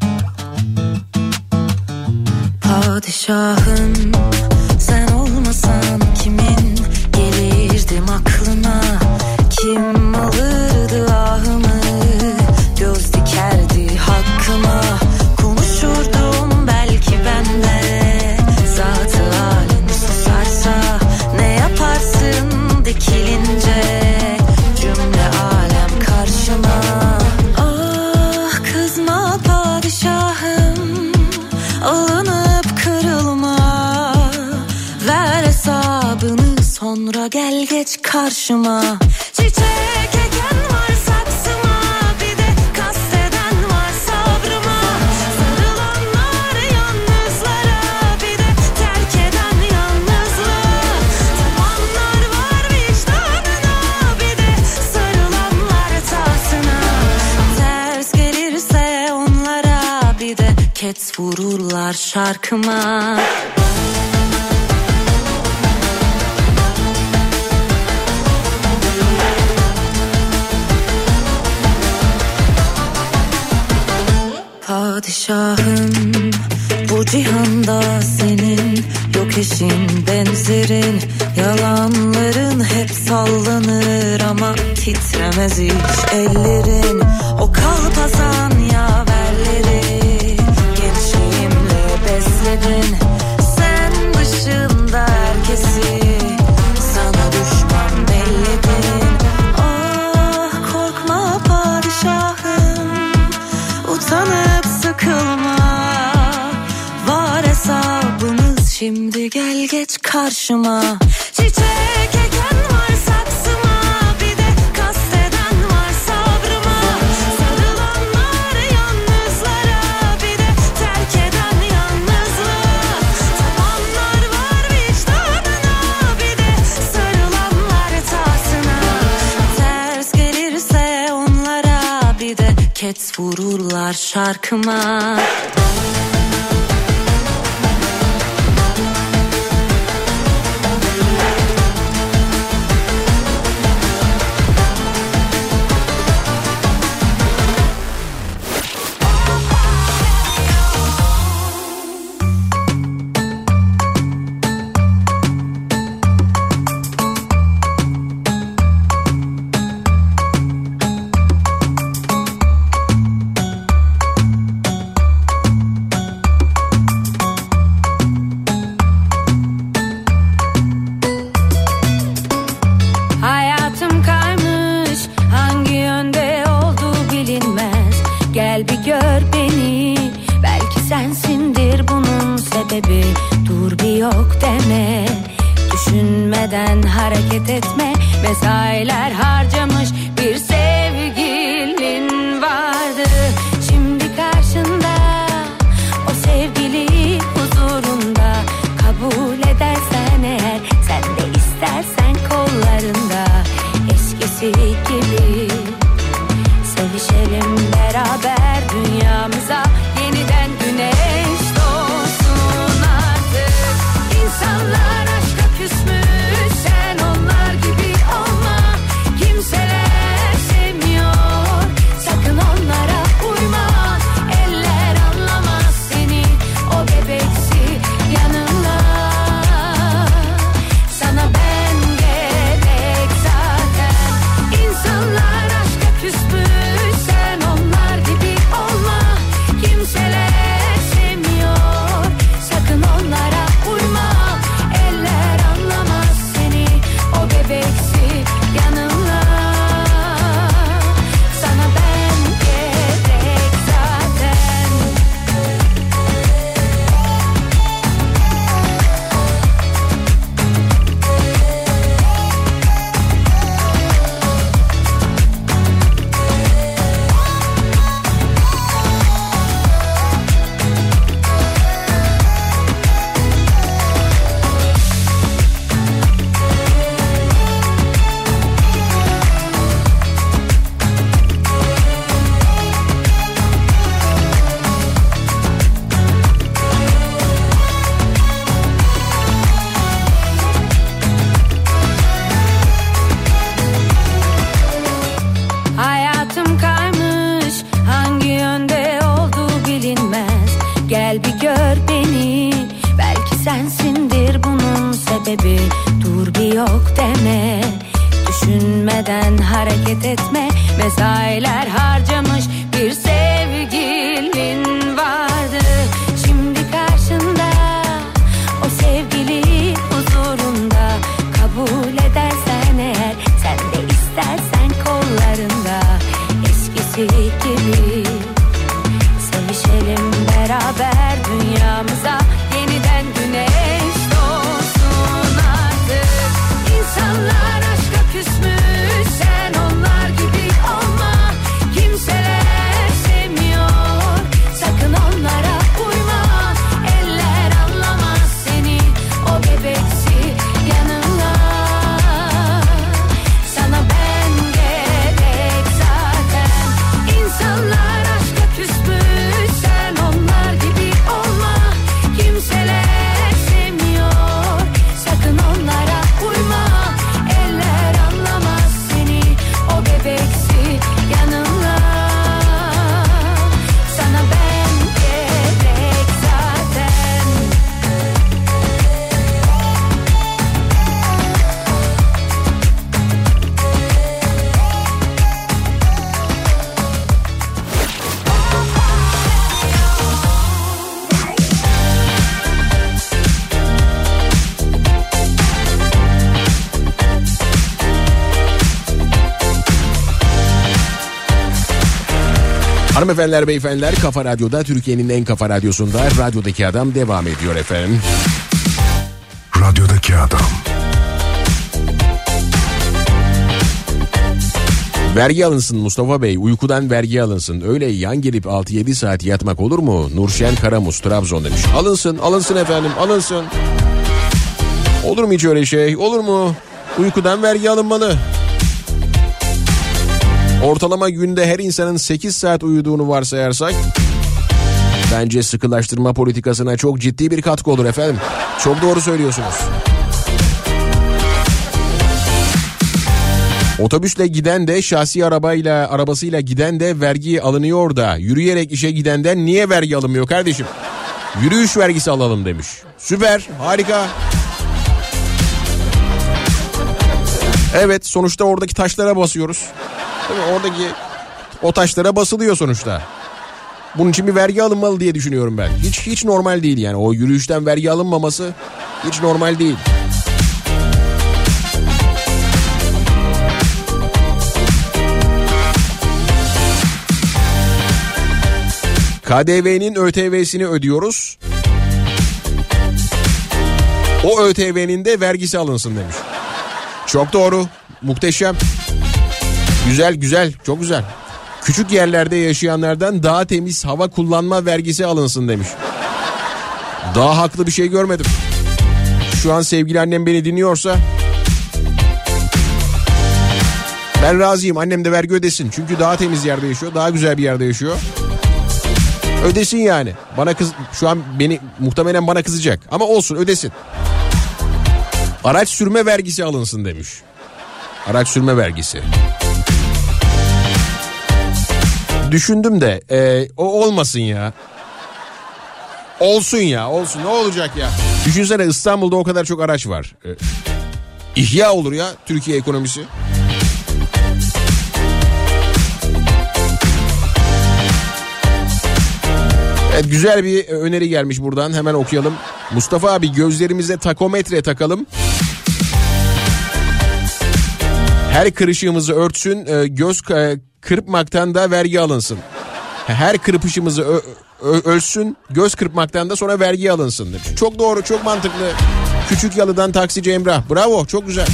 Padişahım sen olmasan kimin gelirdim aklına? Kim alırdı ahımı, göz dikerdi hakkıma? Konuşurdum belki ben de, zat-ı alem susarsa ne yaparsın dikilince cümle alem karşıma. Ah kızma padişahım, alınıp kırılma, ver hesabını sonra gel geç karşıma. Çiçek eken var saksıma, bir de kasteden var sabrıma. Sarılanlar yalnızlara, bir de terk eden yalnızlık. Tapanlar var vicdanına, bir de sarılanlar tasına. Ters gelirse onlara, bir de ket vururlar şarkıma. Padişahım bu cihanda senin yok eşin benzerin. Yalanların hep sallanır ama titremez hiç ellerin. O kalpazan yaverleri gençliğimle besledin. Sen dışında herkesi sana düşman belledin. Ah korkma padişahım, utanıp sıkılma, var hesabımız şimdi gel geç karşıma. Çiçek eken var saksıma, bir de kasteden var sabrıma. Sarılanlar yalnızlara, bir de terk eden yalnızlık. Tapanlar var vicdanına, bir de sarılanlar tasına. Ters gelirse onlara, bir de ket vururlar şarkıma. Dur bir yok deme, düşünmeden hareket etme. Mesailer harcamış bir sevgilin vardı. Şimdi karşında o sevgili huzurunda. Kabul edersen eğer, sen de istersen kollarında. Eskisi gibi sevişelim beraber, dünyamıza yeniden güneş doğsun artık. İnsanlar aşka küsmüş, sen onlar gibi olma. Kimseler sevmiyor, sakın onlara uyma. Eller anlamaz seni, o bebeksi yanında. Sana ben gerek zaten. İnsanlar aşka küsmüş, sen onlar Gerisi yok deme, düşünmeden hareket etme. Mesailer harcamış bir sevgilin vardı. Şimdi karşında o sevgili huzurunda. Kabul edersen eğer, sen de istersen kollarında. Eskisi gibi sevişelim beraber, dünyamıza yeniden güneş doğsun artık. İnsanlar aşka küsmüş, sen onlar gibi olma. Kimseler sevmiyor, sakın onlara uyma. Eller anlamaz seni, o bebeksi yanına. Sana ben gerek zaten. İnsanlar aşka küsmüş, sen onlar gibi olma. Kimseler sevmiyor, sakın onlara uyma. Eller anlamaz seni, o bebeksi yanına. Sana ben gerek zaten. Hanımefendiler, beyefendiler, Kafa Radyo'da, Türkiye'nin en kafa radyosunda Radyodaki Adam devam ediyor efendim. Radyodaki Adam. Vergi alınsın Mustafa Bey, uykudan vergi alınsın. Öyle yan gelip altı yedi saat yatmak olur mu? Nurşen Karamuz, Trabzon demiş. Alınsın, alınsın efendim, alınsın. Olur mu hiç öyle şey? Olur mu? Uykudan vergi alınmalı. Ortalama günde her insanın sekiz saat uyuduğunu varsayarsak, bence sıkılaştırma politikasına çok ciddi bir katkı olur efendim. Çok doğru söylüyorsunuz. Otobüsle giden de, şahsi arabayla arabasıyla giden de vergi alınıyor da, yürüyerek işe gidenden niye vergi alınmıyor kardeşim? Yürüyüş vergisi alalım demiş. Süper, harika. Evet, sonuçta oradaki taşlara basıyoruz. Değil mi? Oradaki o taşlara basılıyor sonuçta. Bunun için bir vergi alınmalı diye düşünüyorum ben. Hiç hiç normal değil yani. O yürüyüşten vergi alınmaması hiç normal değil. K D V'nin ÖTV'sini ödüyoruz. O ÖTV'nin de vergisi alınsın demiş. Çok doğru. Muhteşem. Güzel güzel, çok güzel. Küçük yerlerde yaşayanlardan daha temiz hava kullanma vergisi alınsın demiş. Daha haklı bir şey görmedim. Şu an sevgili annem beni dinliyorsa ben razıyım, annem de vergi ödesin. Çünkü daha temiz yerde yaşıyor, daha güzel bir yerde yaşıyor. Ödesin yani. Bana kız, şu an beni muhtemelen bana kızacak ama olsun, ödesin. Araç sürme vergisi alınsın demiş. Araç sürme vergisi. Düşündüm de e, o olmasın ya. Olsun ya, olsun, ne olacak ya. Düşünsene, İstanbul'da o kadar çok araç var. E, ihya olur ya Türkiye ekonomisi. Evet, güzel bir öneri gelmiş buradan, hemen okuyalım. Mustafa abi, gözlerimize takometre takalım. Her kırışığımızı örtsün, göz kırpmaktan da vergi alınsın. Her kırpışımızı ö- ö- ölçsün, göz kırpmaktan da sonra vergi alınsın demiş. Çok doğru, çok mantıklı. Küçük Yalı'dan taksici Emrah. Bravo, çok güzel.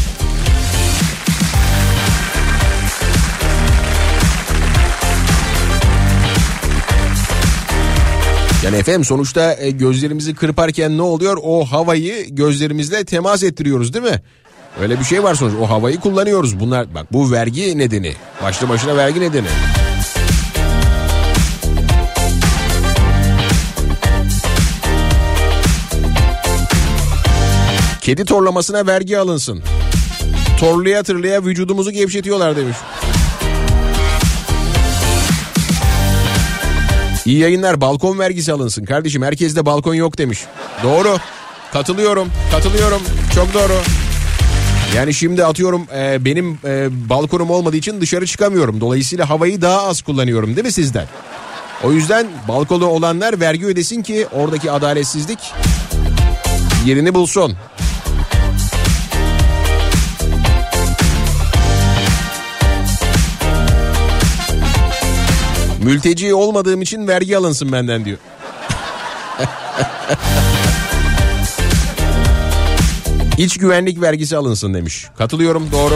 Yani efendim, sonuçta gözlerimizi kırparken ne oluyor? O havayı gözlerimizle temas ettiriyoruz değil mi? Öyle bir şey var sonuçta. O havayı kullanıyoruz. Bunlar, bak, bu vergi nedeni. Başlı başına vergi nedeni. Kedi torlamasına vergi alınsın. Torlaya tırlaya vücudumuzu gevşetiyorlar demiş. İyi yayınlar, balkon vergisi alınsın. Kardeşim, herkeste balkon yok demiş. Doğru. Katılıyorum. Katılıyorum. Çok doğru. Yani şimdi atıyorum e, benim e, balkonum olmadığı için dışarı çıkamıyorum. Dolayısıyla havayı daha az kullanıyorum değil mi sizden? O yüzden balkonu olanlar vergi ödesin ki oradaki adaletsizlik yerini bulsun. Mülteci olmadığım için vergi alınsın benden diyor. İç güvenlik vergisi alınsın demiş. Katılıyorum, doğru.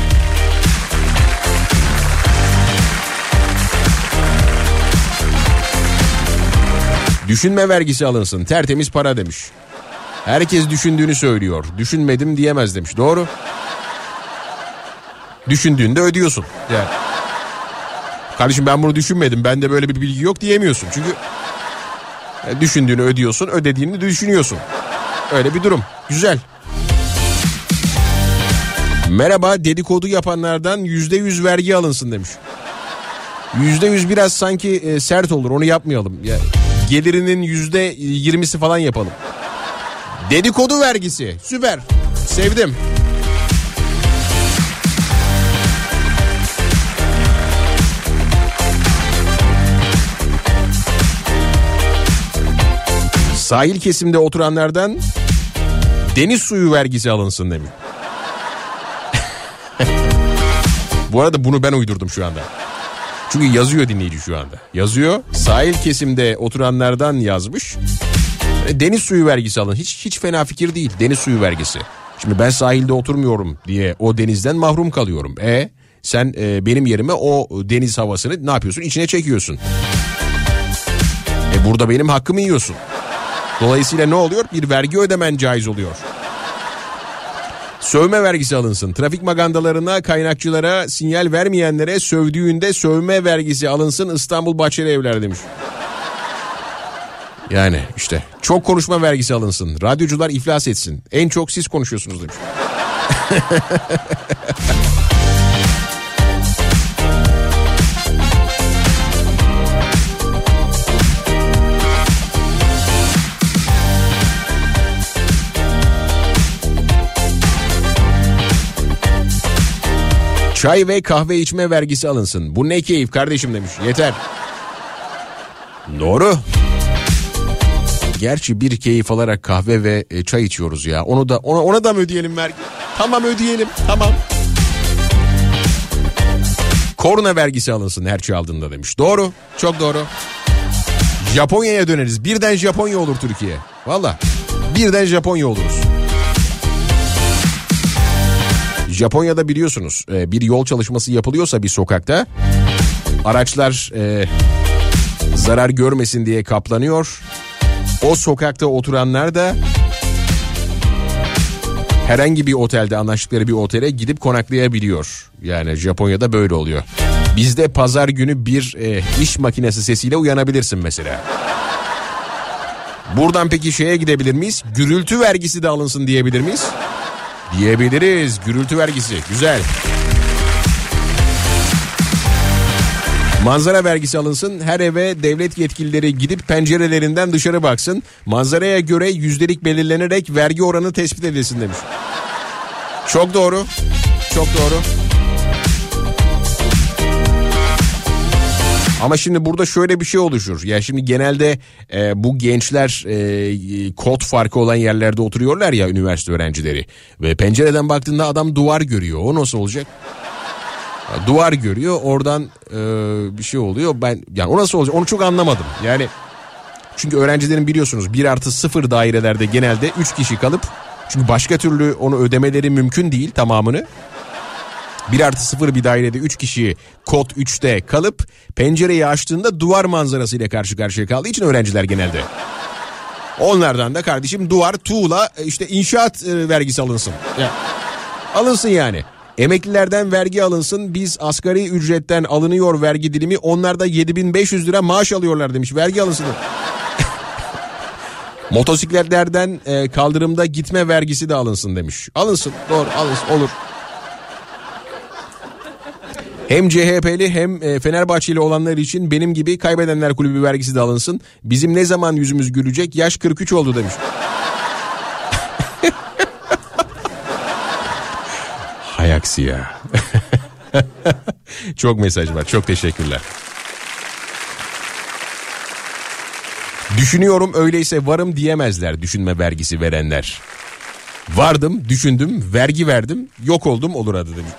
Düşünme vergisi alınsın, tertemiz para demiş. Herkes düşündüğünü söylüyor. Düşünmedim diyemez demiş. Doğru. Düşündüğünde ödüyorsun. Yani. Kardeşim ben bunu düşünmedim, bende böyle bir bilgi yok diyemiyorsun. Çünkü düşündüğünü ödüyorsun, ödediğini düşünüyorsun. Öyle bir durum. Güzel. Merhaba, dedikodu yapanlardan yüzde yüz vergi alınsın demiş. Yüzde yüz biraz sanki e, sert olur, onu yapmayalım. Ya, gelirinin yüzde yirmisi falan yapalım. Dedikodu vergisi, süper, sevdim. Sahil kesimde oturanlardan deniz suyu vergisi alınsın demiş. Bu arada bunu ben uydurdum şu anda. Çünkü yazıyor dinleyici şu anda. Yazıyor. Sahil kesimde oturanlardan yazmış. Deniz suyu vergisi alın. Hiç hiç fena fikir değil. Deniz suyu vergisi. Şimdi ben sahilde oturmuyorum diye o denizden mahrum kalıyorum. E sen e, benim yerime o deniz havasını ne yapıyorsun? İçine çekiyorsun. E burada benim hakkımı yiyorsun. Dolayısıyla ne oluyor? Bir vergi ödemen caiz oluyor. Sövme vergisi alınsın. Trafik magandalarına, kaynakçılara, sinyal vermeyenlere sövdüğünde sövme vergisi alınsın. İstanbul Bahçeli Evler demiş. Yani işte çok konuşma vergisi alınsın. Radyocular iflas etsin. En çok siz konuşuyorsunuz demiş. Çay ve kahve içme vergisi alınsın. Bu ne keyif kardeşim demiş. Yeter. Doğru. Gerçi bir keyif alarak kahve ve çay içiyoruz ya. Onu da ona, ona da mı ödeyelim vergi? Tamam ödeyelim. Tamam. Korna vergisi alınsın her çay aldığında demiş. Doğru. Çok doğru. Japonya'ya döneriz. Birden Japonya olur Türkiye. Valla. Birden Japonya oluruz. Japonya'da biliyorsunuz bir yol çalışması yapılıyorsa bir sokakta araçlar e, zarar görmesin diye kaplanıyor. O sokakta oturanlar da herhangi bir otelde, anlaştıkları bir otele gidip konaklayabiliyor. Yani Japonya'da böyle oluyor. Bizde pazar günü bir e, iş makinesi sesiyle uyanabilirsin mesela. Buradan peki şeye gidebilir miyiz? Gürültü vergisi de alınsın diyebilir miyiz? Diyebiliriz. Gürültü vergisi. Güzel. Manzara vergisi alınsın. Her eve devlet yetkilileri gidip pencerelerinden dışarı baksın. Manzaraya göre yüzdelik belirlenerek vergi oranı tespit edilsin demiş. Çok doğru. Çok doğru. Ama şimdi burada şöyle bir şey oluşur. Ya şimdi genelde e, bu gençler e, kod farkı olan yerlerde oturuyorlar ya, üniversite öğrencileri. Ve pencereden baktığında adam duvar görüyor. O nasıl olacak? Ya, duvar görüyor, oradan e, bir şey oluyor. Ben yani o nasıl olacak? Onu çok anlamadım. Yani çünkü öğrencilerin biliyorsunuz bir artı sıfır dairelerde genelde üç kişi kalıp, çünkü başka türlü onu ödemeleri mümkün değil tamamını. bir artı sıfır bir dairede üç kişi kod üçte kalıp pencereyi açtığında duvar manzarasıyla karşı karşıya kaldığı için öğrenciler genelde. Onlardan da kardeşim duvar, tuğla, işte inşaat e, vergisi alınsın. Ya, alınsın yani. Emeklilerden vergi alınsın. Biz asgari ücretten alınıyor vergi dilimi. Onlar da yedi bin beş yüz lira maaş alıyorlar demiş. Vergi alınsın. Motosikletlerden e, kaldırımda gitme vergisi de alınsın demiş. Alınsın, doğru, alınsın, olur. Hem C H P'li hem Fenerbahçeli olanlar için benim gibi kaybedenler kulübü vergisi de alınsın. Bizim ne zaman yüzümüz gülecek? Yaş kırk üç oldu demiş. aksi ya. Çok mesaj var. Çok teşekkürler. Düşünüyorum, öyleyse varım diyemezler düşünme vergisi verenler. Vardım, düşündüm, vergi verdim, yok oldum, olur adı demiş.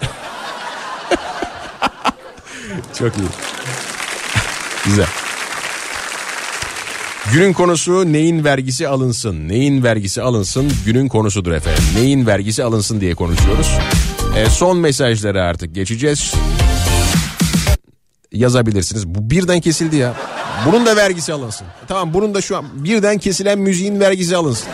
Çok iyi. Güzel. Günün konusu neyin vergisi alınsın? Neyin vergisi alınsın? Günün konusudur efendim. Neyin vergisi alınsın diye konuşuyoruz. E, son mesajlara artık geçeceğiz. Yazabilirsiniz. Bu birden kesildi ya. Bunun da vergisi alınsın. Tamam, bunun da şu an birden kesilen müziğin vergisi alınsın.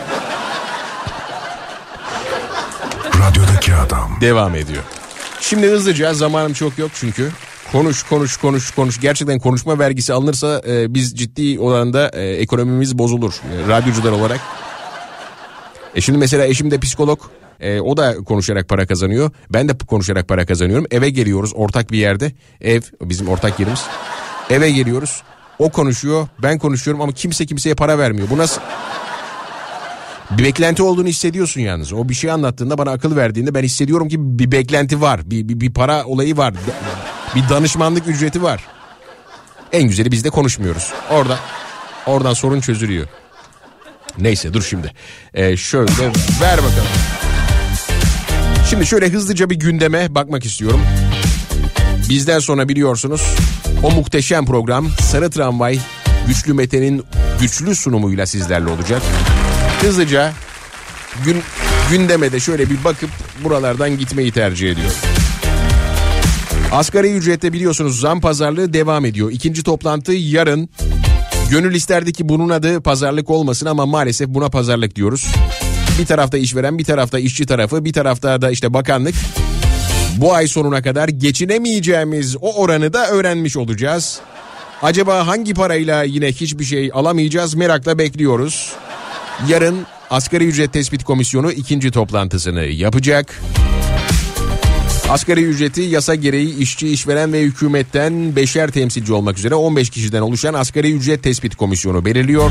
Radyodaki adam. Devam ediyor. Şimdi hızlıca, zamanım çok yok çünkü. Konuş konuş konuş konuş. Gerçekten konuşma vergisi alınırsa e, biz ciddi oranda e, ekonomimiz bozulur. E, radyocular olarak. E şimdi mesela eşim de psikolog. E, o da konuşarak para kazanıyor. Ben de konuşarak para kazanıyorum. Eve geliyoruz ortak bir yerde. Ev bizim ortak yerimiz. Eve geliyoruz. O konuşuyor, ben konuşuyorum ama kimse kimseye para vermiyor. Bu nasıl? Bir beklenti olduğunu hissediyorsun yalnız. O bir şey anlattığında, bana akıl verdiğinde ben hissediyorum ki bir beklenti var. Bir, bir, bir para olayı var. Bir danışmanlık ücreti var. En güzeli biz de konuşmuyoruz. Orada, oradan sorun çözülüyor. Neyse dur şimdi. Ee, şöyle ver bakalım. Şimdi şöyle hızlıca bir gündeme bakmak istiyorum. Bizden sonra biliyorsunuz o muhteşem program Sarı Tramvay Güçlü Mete'nin güçlü sunumuyla sizlerle olacak. Hızlıca gün, gündeme de şöyle bir bakıp buralardan gitmeyi tercih ediyorum. Asgari ücrette biliyorsunuz zam pazarlığı devam ediyor. İkinci toplantı yarın. Gönül isterdi ki bunun adı pazarlık olmasın ama maalesef buna pazarlık diyoruz. Bir tarafta işveren, bir tarafta işçi tarafı, bir tarafta da işte bakanlık. Bu ay sonuna kadar geçinemeyeceğimiz o oranı da öğrenmiş olacağız. Acaba hangi parayla yine hiçbir şey alamayacağız, merakla bekliyoruz. Yarın Asgari Ücret Tespit Komisyonu ikinci toplantısını yapacak. Asgari ücreti yasa gereği işçi, işveren ve hükümetten beşer temsilci olmak üzere on beş kişiden oluşan Asgari Ücret Tespit Komisyonu belirliyor.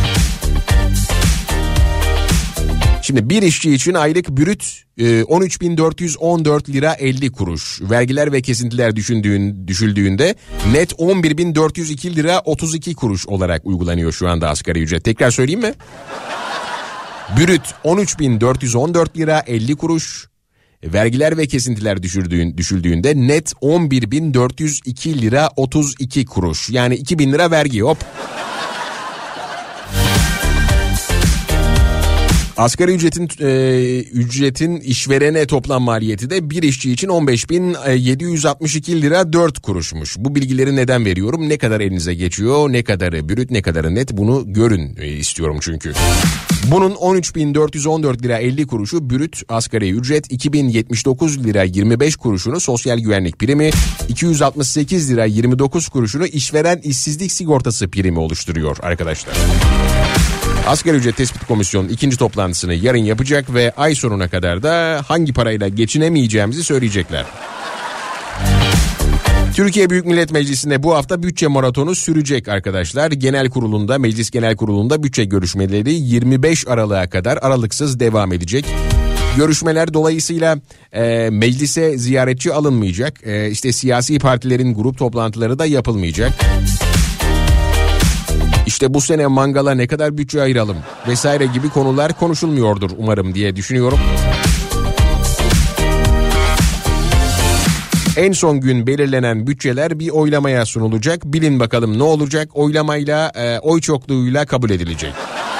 Şimdi bir işçi için aylık brüt on üç bin dört yüz on dört lira elli kuruş. Vergiler ve kesintiler düşündüğün, düşüldüğünde net on bir bin dört yüz iki lira otuz iki kuruş olarak uygulanıyor şu anda asgari ücret. Tekrar söyleyeyim mi? Brüt on üç bin dört yüz on dört lira elli kuruş. Vergiler ve kesintiler düşürdüğün, düşüldüğünde net on bir bin dört yüz iki lira otuz iki kuruş. Yani iki bin lira vergi, hop. Asgari ücretin e, ücretin işverene toplam maliyeti de bir işçi için on beş bin yedi yüz altmış iki lira dört kuruşmuş. Bu bilgileri neden veriyorum? Ne kadar elinize geçiyor, ne kadarı brüt, ne kadarı net, bunu görün e, istiyorum çünkü. Bunun on üç bin dört yüz on dört lira elli kuruşu brüt asgari ücret, iki bin yetmiş dokuz lira yirmi beş kuruşunu sosyal güvenlik primi, iki yüz altmış sekiz lira yirmi dokuz kuruşunu işveren işsizlik sigortası primi oluşturuyor arkadaşlar. Asgari Ücret Tespit Komisyonu ikinci toplantısını yarın yapacak ve ay sonuna kadar da hangi parayla geçinemeyeceğimizi söyleyecekler. Türkiye Büyük Millet Meclisi'nde bu hafta bütçe maratonu sürecek arkadaşlar. Genel kurulunda, Meclis Genel Kurulu'nda bütçe görüşmeleri yirmi beş Aralık'a kadar aralıksız devam edecek. Görüşmeler dolayısıyla e, meclise ziyaretçi alınmayacak. E, işte siyasi partilerin grup toplantıları da yapılmayacak. İşte bu sene mangala ne kadar bütçe ayıralım vesaire gibi konular konuşulmuyordur umarım diye düşünüyorum. En son gün belirlenen bütçeler bir oylamaya sunulacak. Bilin bakalım ne olacak? Oylamayla, e, oy çokluğuyla kabul edilecek.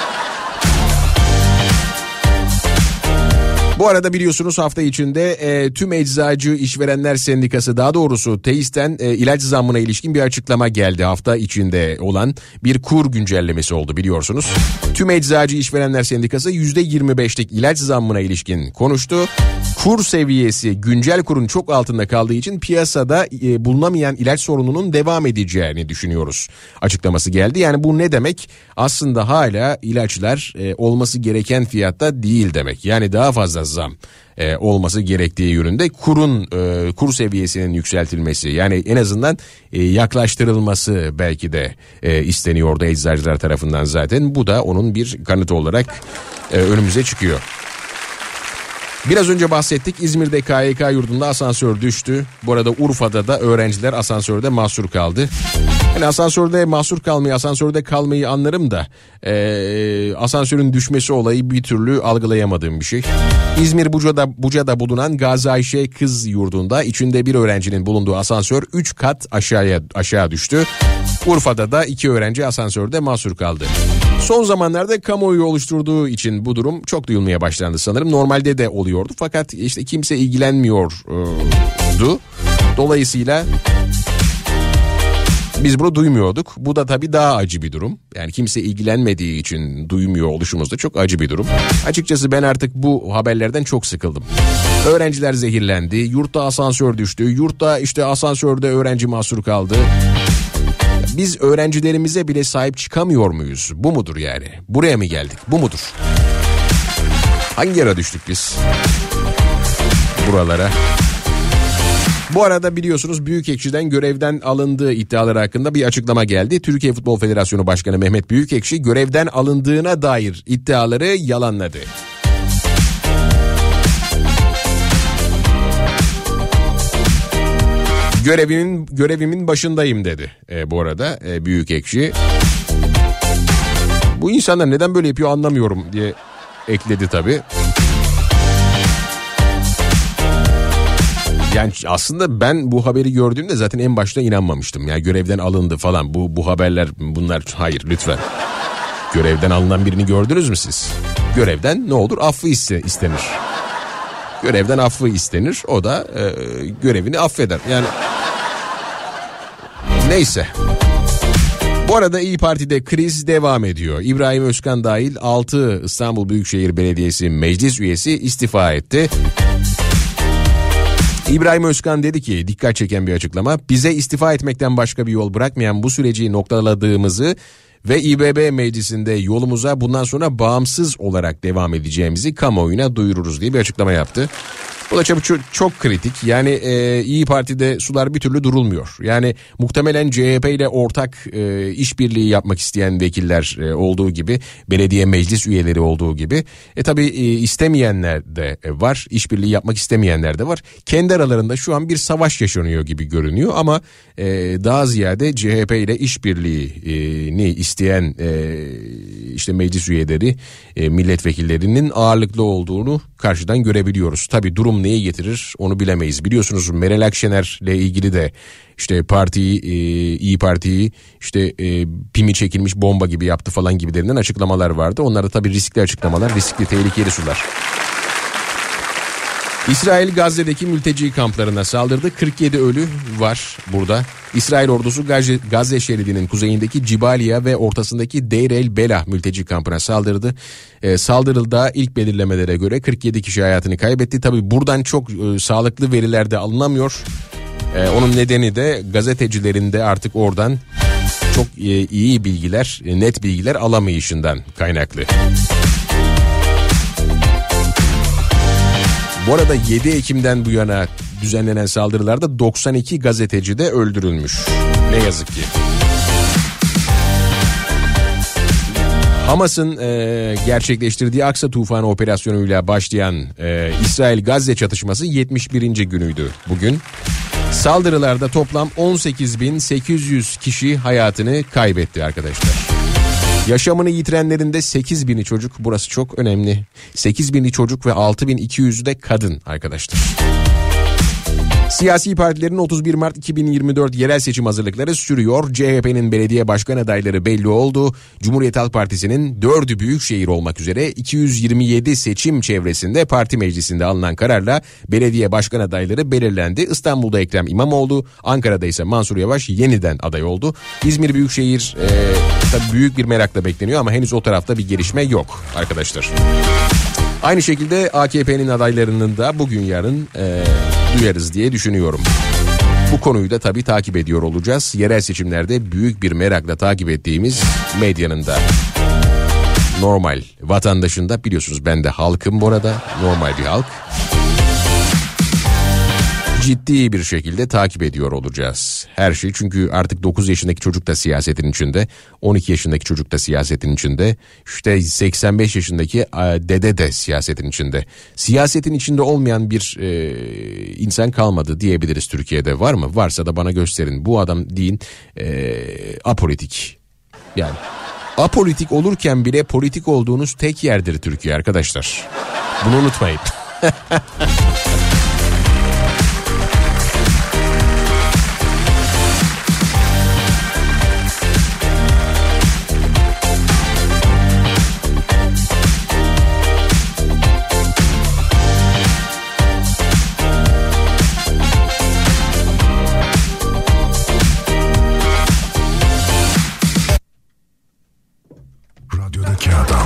Bu arada biliyorsunuz hafta içinde e, tüm Eczacı İşverenler Sendikası, daha doğrusu TEİS'ten e, ilaç zammına ilişkin bir açıklama geldi. Hafta içinde olan bir kur güncellemesi oldu biliyorsunuz. Tüm Eczacı İşverenler Sendikası yüzde yirmi beşlik ilaç zammına ilişkin konuştu. Kur seviyesi güncel kurun çok altında kaldığı için piyasada e, bulunamayan ilaç sorununun devam edeceğini düşünüyoruz açıklaması geldi. Yani bu ne demek? Aslında hala ilaçlar e, olması gereken fiyatta değil demek. Yani daha fazla zam e, olması gerektiği yönünde kurun e, kur seviyesinin yükseltilmesi, yani en azından e, yaklaştırılması belki de e, isteniyordu eczacılar tarafından. Zaten bu da onun bir kanıtı olarak e, önümüze çıkıyor. Biraz önce bahsettik, İzmir'de K Y K yurdunda asansör düştü. Bu arada Urfa'da da öğrenciler asansörde mahsur kaldı. Yani asansörde mahsur kalmayı, asansörde kalmayı anlarım da ee, asansörün düşmesi olayı bir türlü algılayamadığım bir şey. İzmir Buca'da, Buca'da bulunan Gazi Ayşe Kız Yurdu'nda içinde bir öğrencinin bulunduğu asansör üç kat aşağıya aşağı düştü. Urfa'da da iki öğrenci asansörde mahsur kaldı. Son zamanlarda kamuoyu oluşturduğu için bu durum çok duyulmaya başlandı sanırım. Normalde de oluyordu fakat işte kimse ilgilenmiyordu. Dolayısıyla biz bunu duymuyorduk. Bu da tabii daha acı bir durum. Yani kimse ilgilenmediği için duymuyor oluşumuz da çok acı bir durum. Açıkçası ben artık bu haberlerden çok sıkıldım. Öğrenciler zehirlendi, yurtta asansör düştü, yurtta işte asansörde öğrenci mahsur kaldı. Biz öğrencilerimize bile sahip çıkamıyor muyuz? Bu mudur yani? Buraya mı geldik? Bu mudur? Hangi ara düştük biz? Buralara. Bu arada biliyorsunuz Büyükekşi'den görevden alındığı iddiaları hakkında bir açıklama geldi. Türkiye Futbol Federasyonu Başkanı Mehmet Büyükekşi görevden alındığına dair iddiaları yalanladı. Görevimin görevimin başındayım dedi e, bu arada e, Büyükekşi. Bu insanlar neden böyle yapıyor anlamıyorum diye ekledi tabii. Yani aslında ben bu haberi gördüğümde zaten en başta inanmamıştım. Yani görevden alındı falan, bu bu haberler bunlar, hayır lütfen. Görevden alınan birini gördünüz mü siz? Görevden ne olur? Affı iste, istenir. Görevden affı istenir. O da e, görevini affeder. Yani neyse. Bu arada İYİ Parti'de kriz devam ediyor. İbrahim Özkan dahil altı İstanbul Büyükşehir Belediyesi meclis üyesi istifa etti. İbrahim Özkan dedi ki, dikkat çeken bir açıklama, bize istifa etmekten başka bir yol bırakmayan bu süreci noktaladığımızı ve İ B B meclisinde yolumuza bundan sonra bağımsız olarak devam edeceğimizi kamuoyuna duyururuz diye bir açıklama yaptı. Bu da çok, çok kritik. Yani e, İYİ Parti'de sular bir türlü durulmuyor. Yani muhtemelen C H P ile ortak e, işbirliği yapmak isteyen vekiller e, olduğu gibi, belediye meclis üyeleri olduğu gibi. E tabii e, istemeyenler de var, işbirliği yapmak istemeyenler de var. Kendi aralarında şu an bir savaş yaşanıyor gibi görünüyor ama e, daha ziyade C H P ile işbirliğini isteyen e, işte meclis üyeleri, e, milletvekillerinin ağırlıklı olduğunu karşıdan görebiliyoruz. Tabii durum neyi getirir onu bilemeyiz. Biliyorsunuz Meral Akşener'le ilgili de işte partiyi, e, İYİ Parti'yi işte e, pimi çekilmiş bomba gibi yaptı falan gibilerinden açıklamalar vardı. Onlar da tabii riskli açıklamalar, riskli, tehlikeli sular. İsrail Gazze'deki mülteci kamplarına saldırdı. kırk yedi ölü var burada. İsrail ordusu Gazze, Gazze şeridinin kuzeyindeki Cibaliya ve ortasındaki Deir el Belah mülteci kampına saldırdı. Ee, saldırıda ilk belirlemelere göre kırk yedi kişi hayatını kaybetti. Tabii buradan çok e, sağlıklı veriler de alınamıyor. E, onun nedeni de gazetecilerin de artık oradan çok e, iyi bilgiler, e, net bilgiler alamayışından kaynaklı. Bu arada yedi Ekim'den bu yana düzenlenen saldırılarda doksan iki gazeteci de öldürülmüş. Ne yazık ki. Hamas'ın e, gerçekleştirdiği Aksa Tufanı operasyonuyla başlayan e, İsrail-Gazze çatışması yetmiş birinci günüydü bugün. Saldırılarda toplam on sekiz bin sekiz yüz kişi hayatını kaybetti arkadaşlar. Yaşamını yitirenlerin de sekiz bini çocuk, burası çok önemli. sekiz bini çocuk ve altı bin iki yüzü de kadın arkadaşlar. Siyasi partilerin otuz bir Mart iki bin yirmi dört yerel seçim hazırlıkları sürüyor. C H P'nin belediye başkan adayları belli oldu. Cumhuriyet Halk Partisi'nin dördü büyükşehir olmak üzere iki yüz yirmi yedi seçim çevresinde parti meclisinde alınan kararla belediye başkan adayları belirlendi. İstanbul'da Ekrem İmamoğlu, Ankara'da ise Mansur Yavaş yeniden aday oldu. İzmir Büyükşehir e, tabii büyük bir merakla bekleniyor ama henüz o tarafta bir gelişme yok arkadaşlar. Aynı şekilde A K P'nin adaylarının da bugün yarın e, duyarız diye düşünüyorum. Bu konuyu da tabii takip ediyor olacağız. Yerel seçimlerde büyük bir merakla takip ettiğimiz medyanın da normal vatandaşında, biliyorsunuz ben de halkım bu arada, normal bir halk. ciddi bir şekilde takip ediyor olacağız her şeyi. Çünkü artık dokuz yaşındaki çocuk da siyasetin içinde, on iki yaşındaki çocuk da siyasetin içinde, işte seksen beş yaşındaki dede de siyasetin içinde. Siyasetin içinde olmayan bir e, insan kalmadı diyebiliriz Türkiye'de. Var mı? Varsa da bana gösterin. Bu adam deyin e, apolitik. Yani apolitik olurken bile politik olduğunuz tek yerdir Türkiye arkadaşlar. Bunu unutmayın. Radyodaki adam.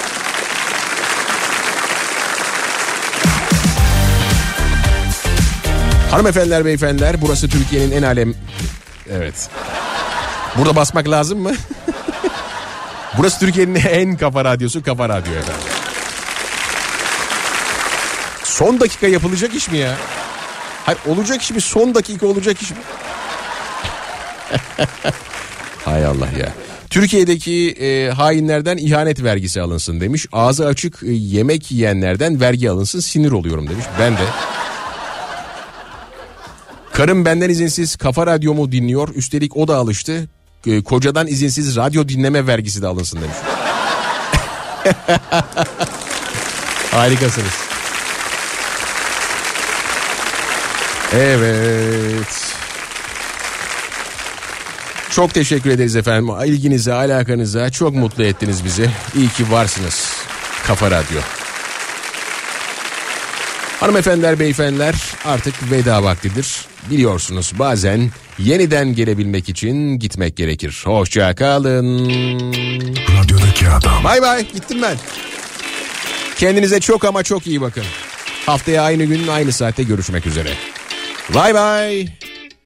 Hanımefendiler, beyefendiler, burası Türkiye'nin en alem... Evet. Burada basmak lazım mı? Burası Türkiye'nin en kafa radyosu, Kafa Radyo efendim. Son dakika yapılacak iş mi ya? Hayır, olacak iş mi? Son dakika olacak iş mi? Hay Allah ya. Türkiye'deki e, hainlerden ihanet vergisi alınsın demiş. Ağzı açık e, yemek yiyenlerden vergi alınsın, sinir oluyorum demiş. Ben de. Karım benden izinsiz Kafa Radyomu dinliyor. Üstelik o da alıştı. E, kocadan izinsiz radyo dinleme vergisi de alınsın demiş. Harikasınız. Evet. Çok teşekkür ederiz efendim. İlginize, alakanıza, çok mutlu ettiniz bizi. İyi ki varsınız. Kafa Radyo. Hanımefendiler, beyefendiler, artık veda vaktidir. Biliyorsunuz bazen yeniden gelebilmek için gitmek gerekir. Hoşça kalın. Radyodaki adam. Bay bay, gittim ben. Kendinize çok ama çok iyi bakın. Haftaya aynı gün aynı saatte görüşmek üzere. Bay bay.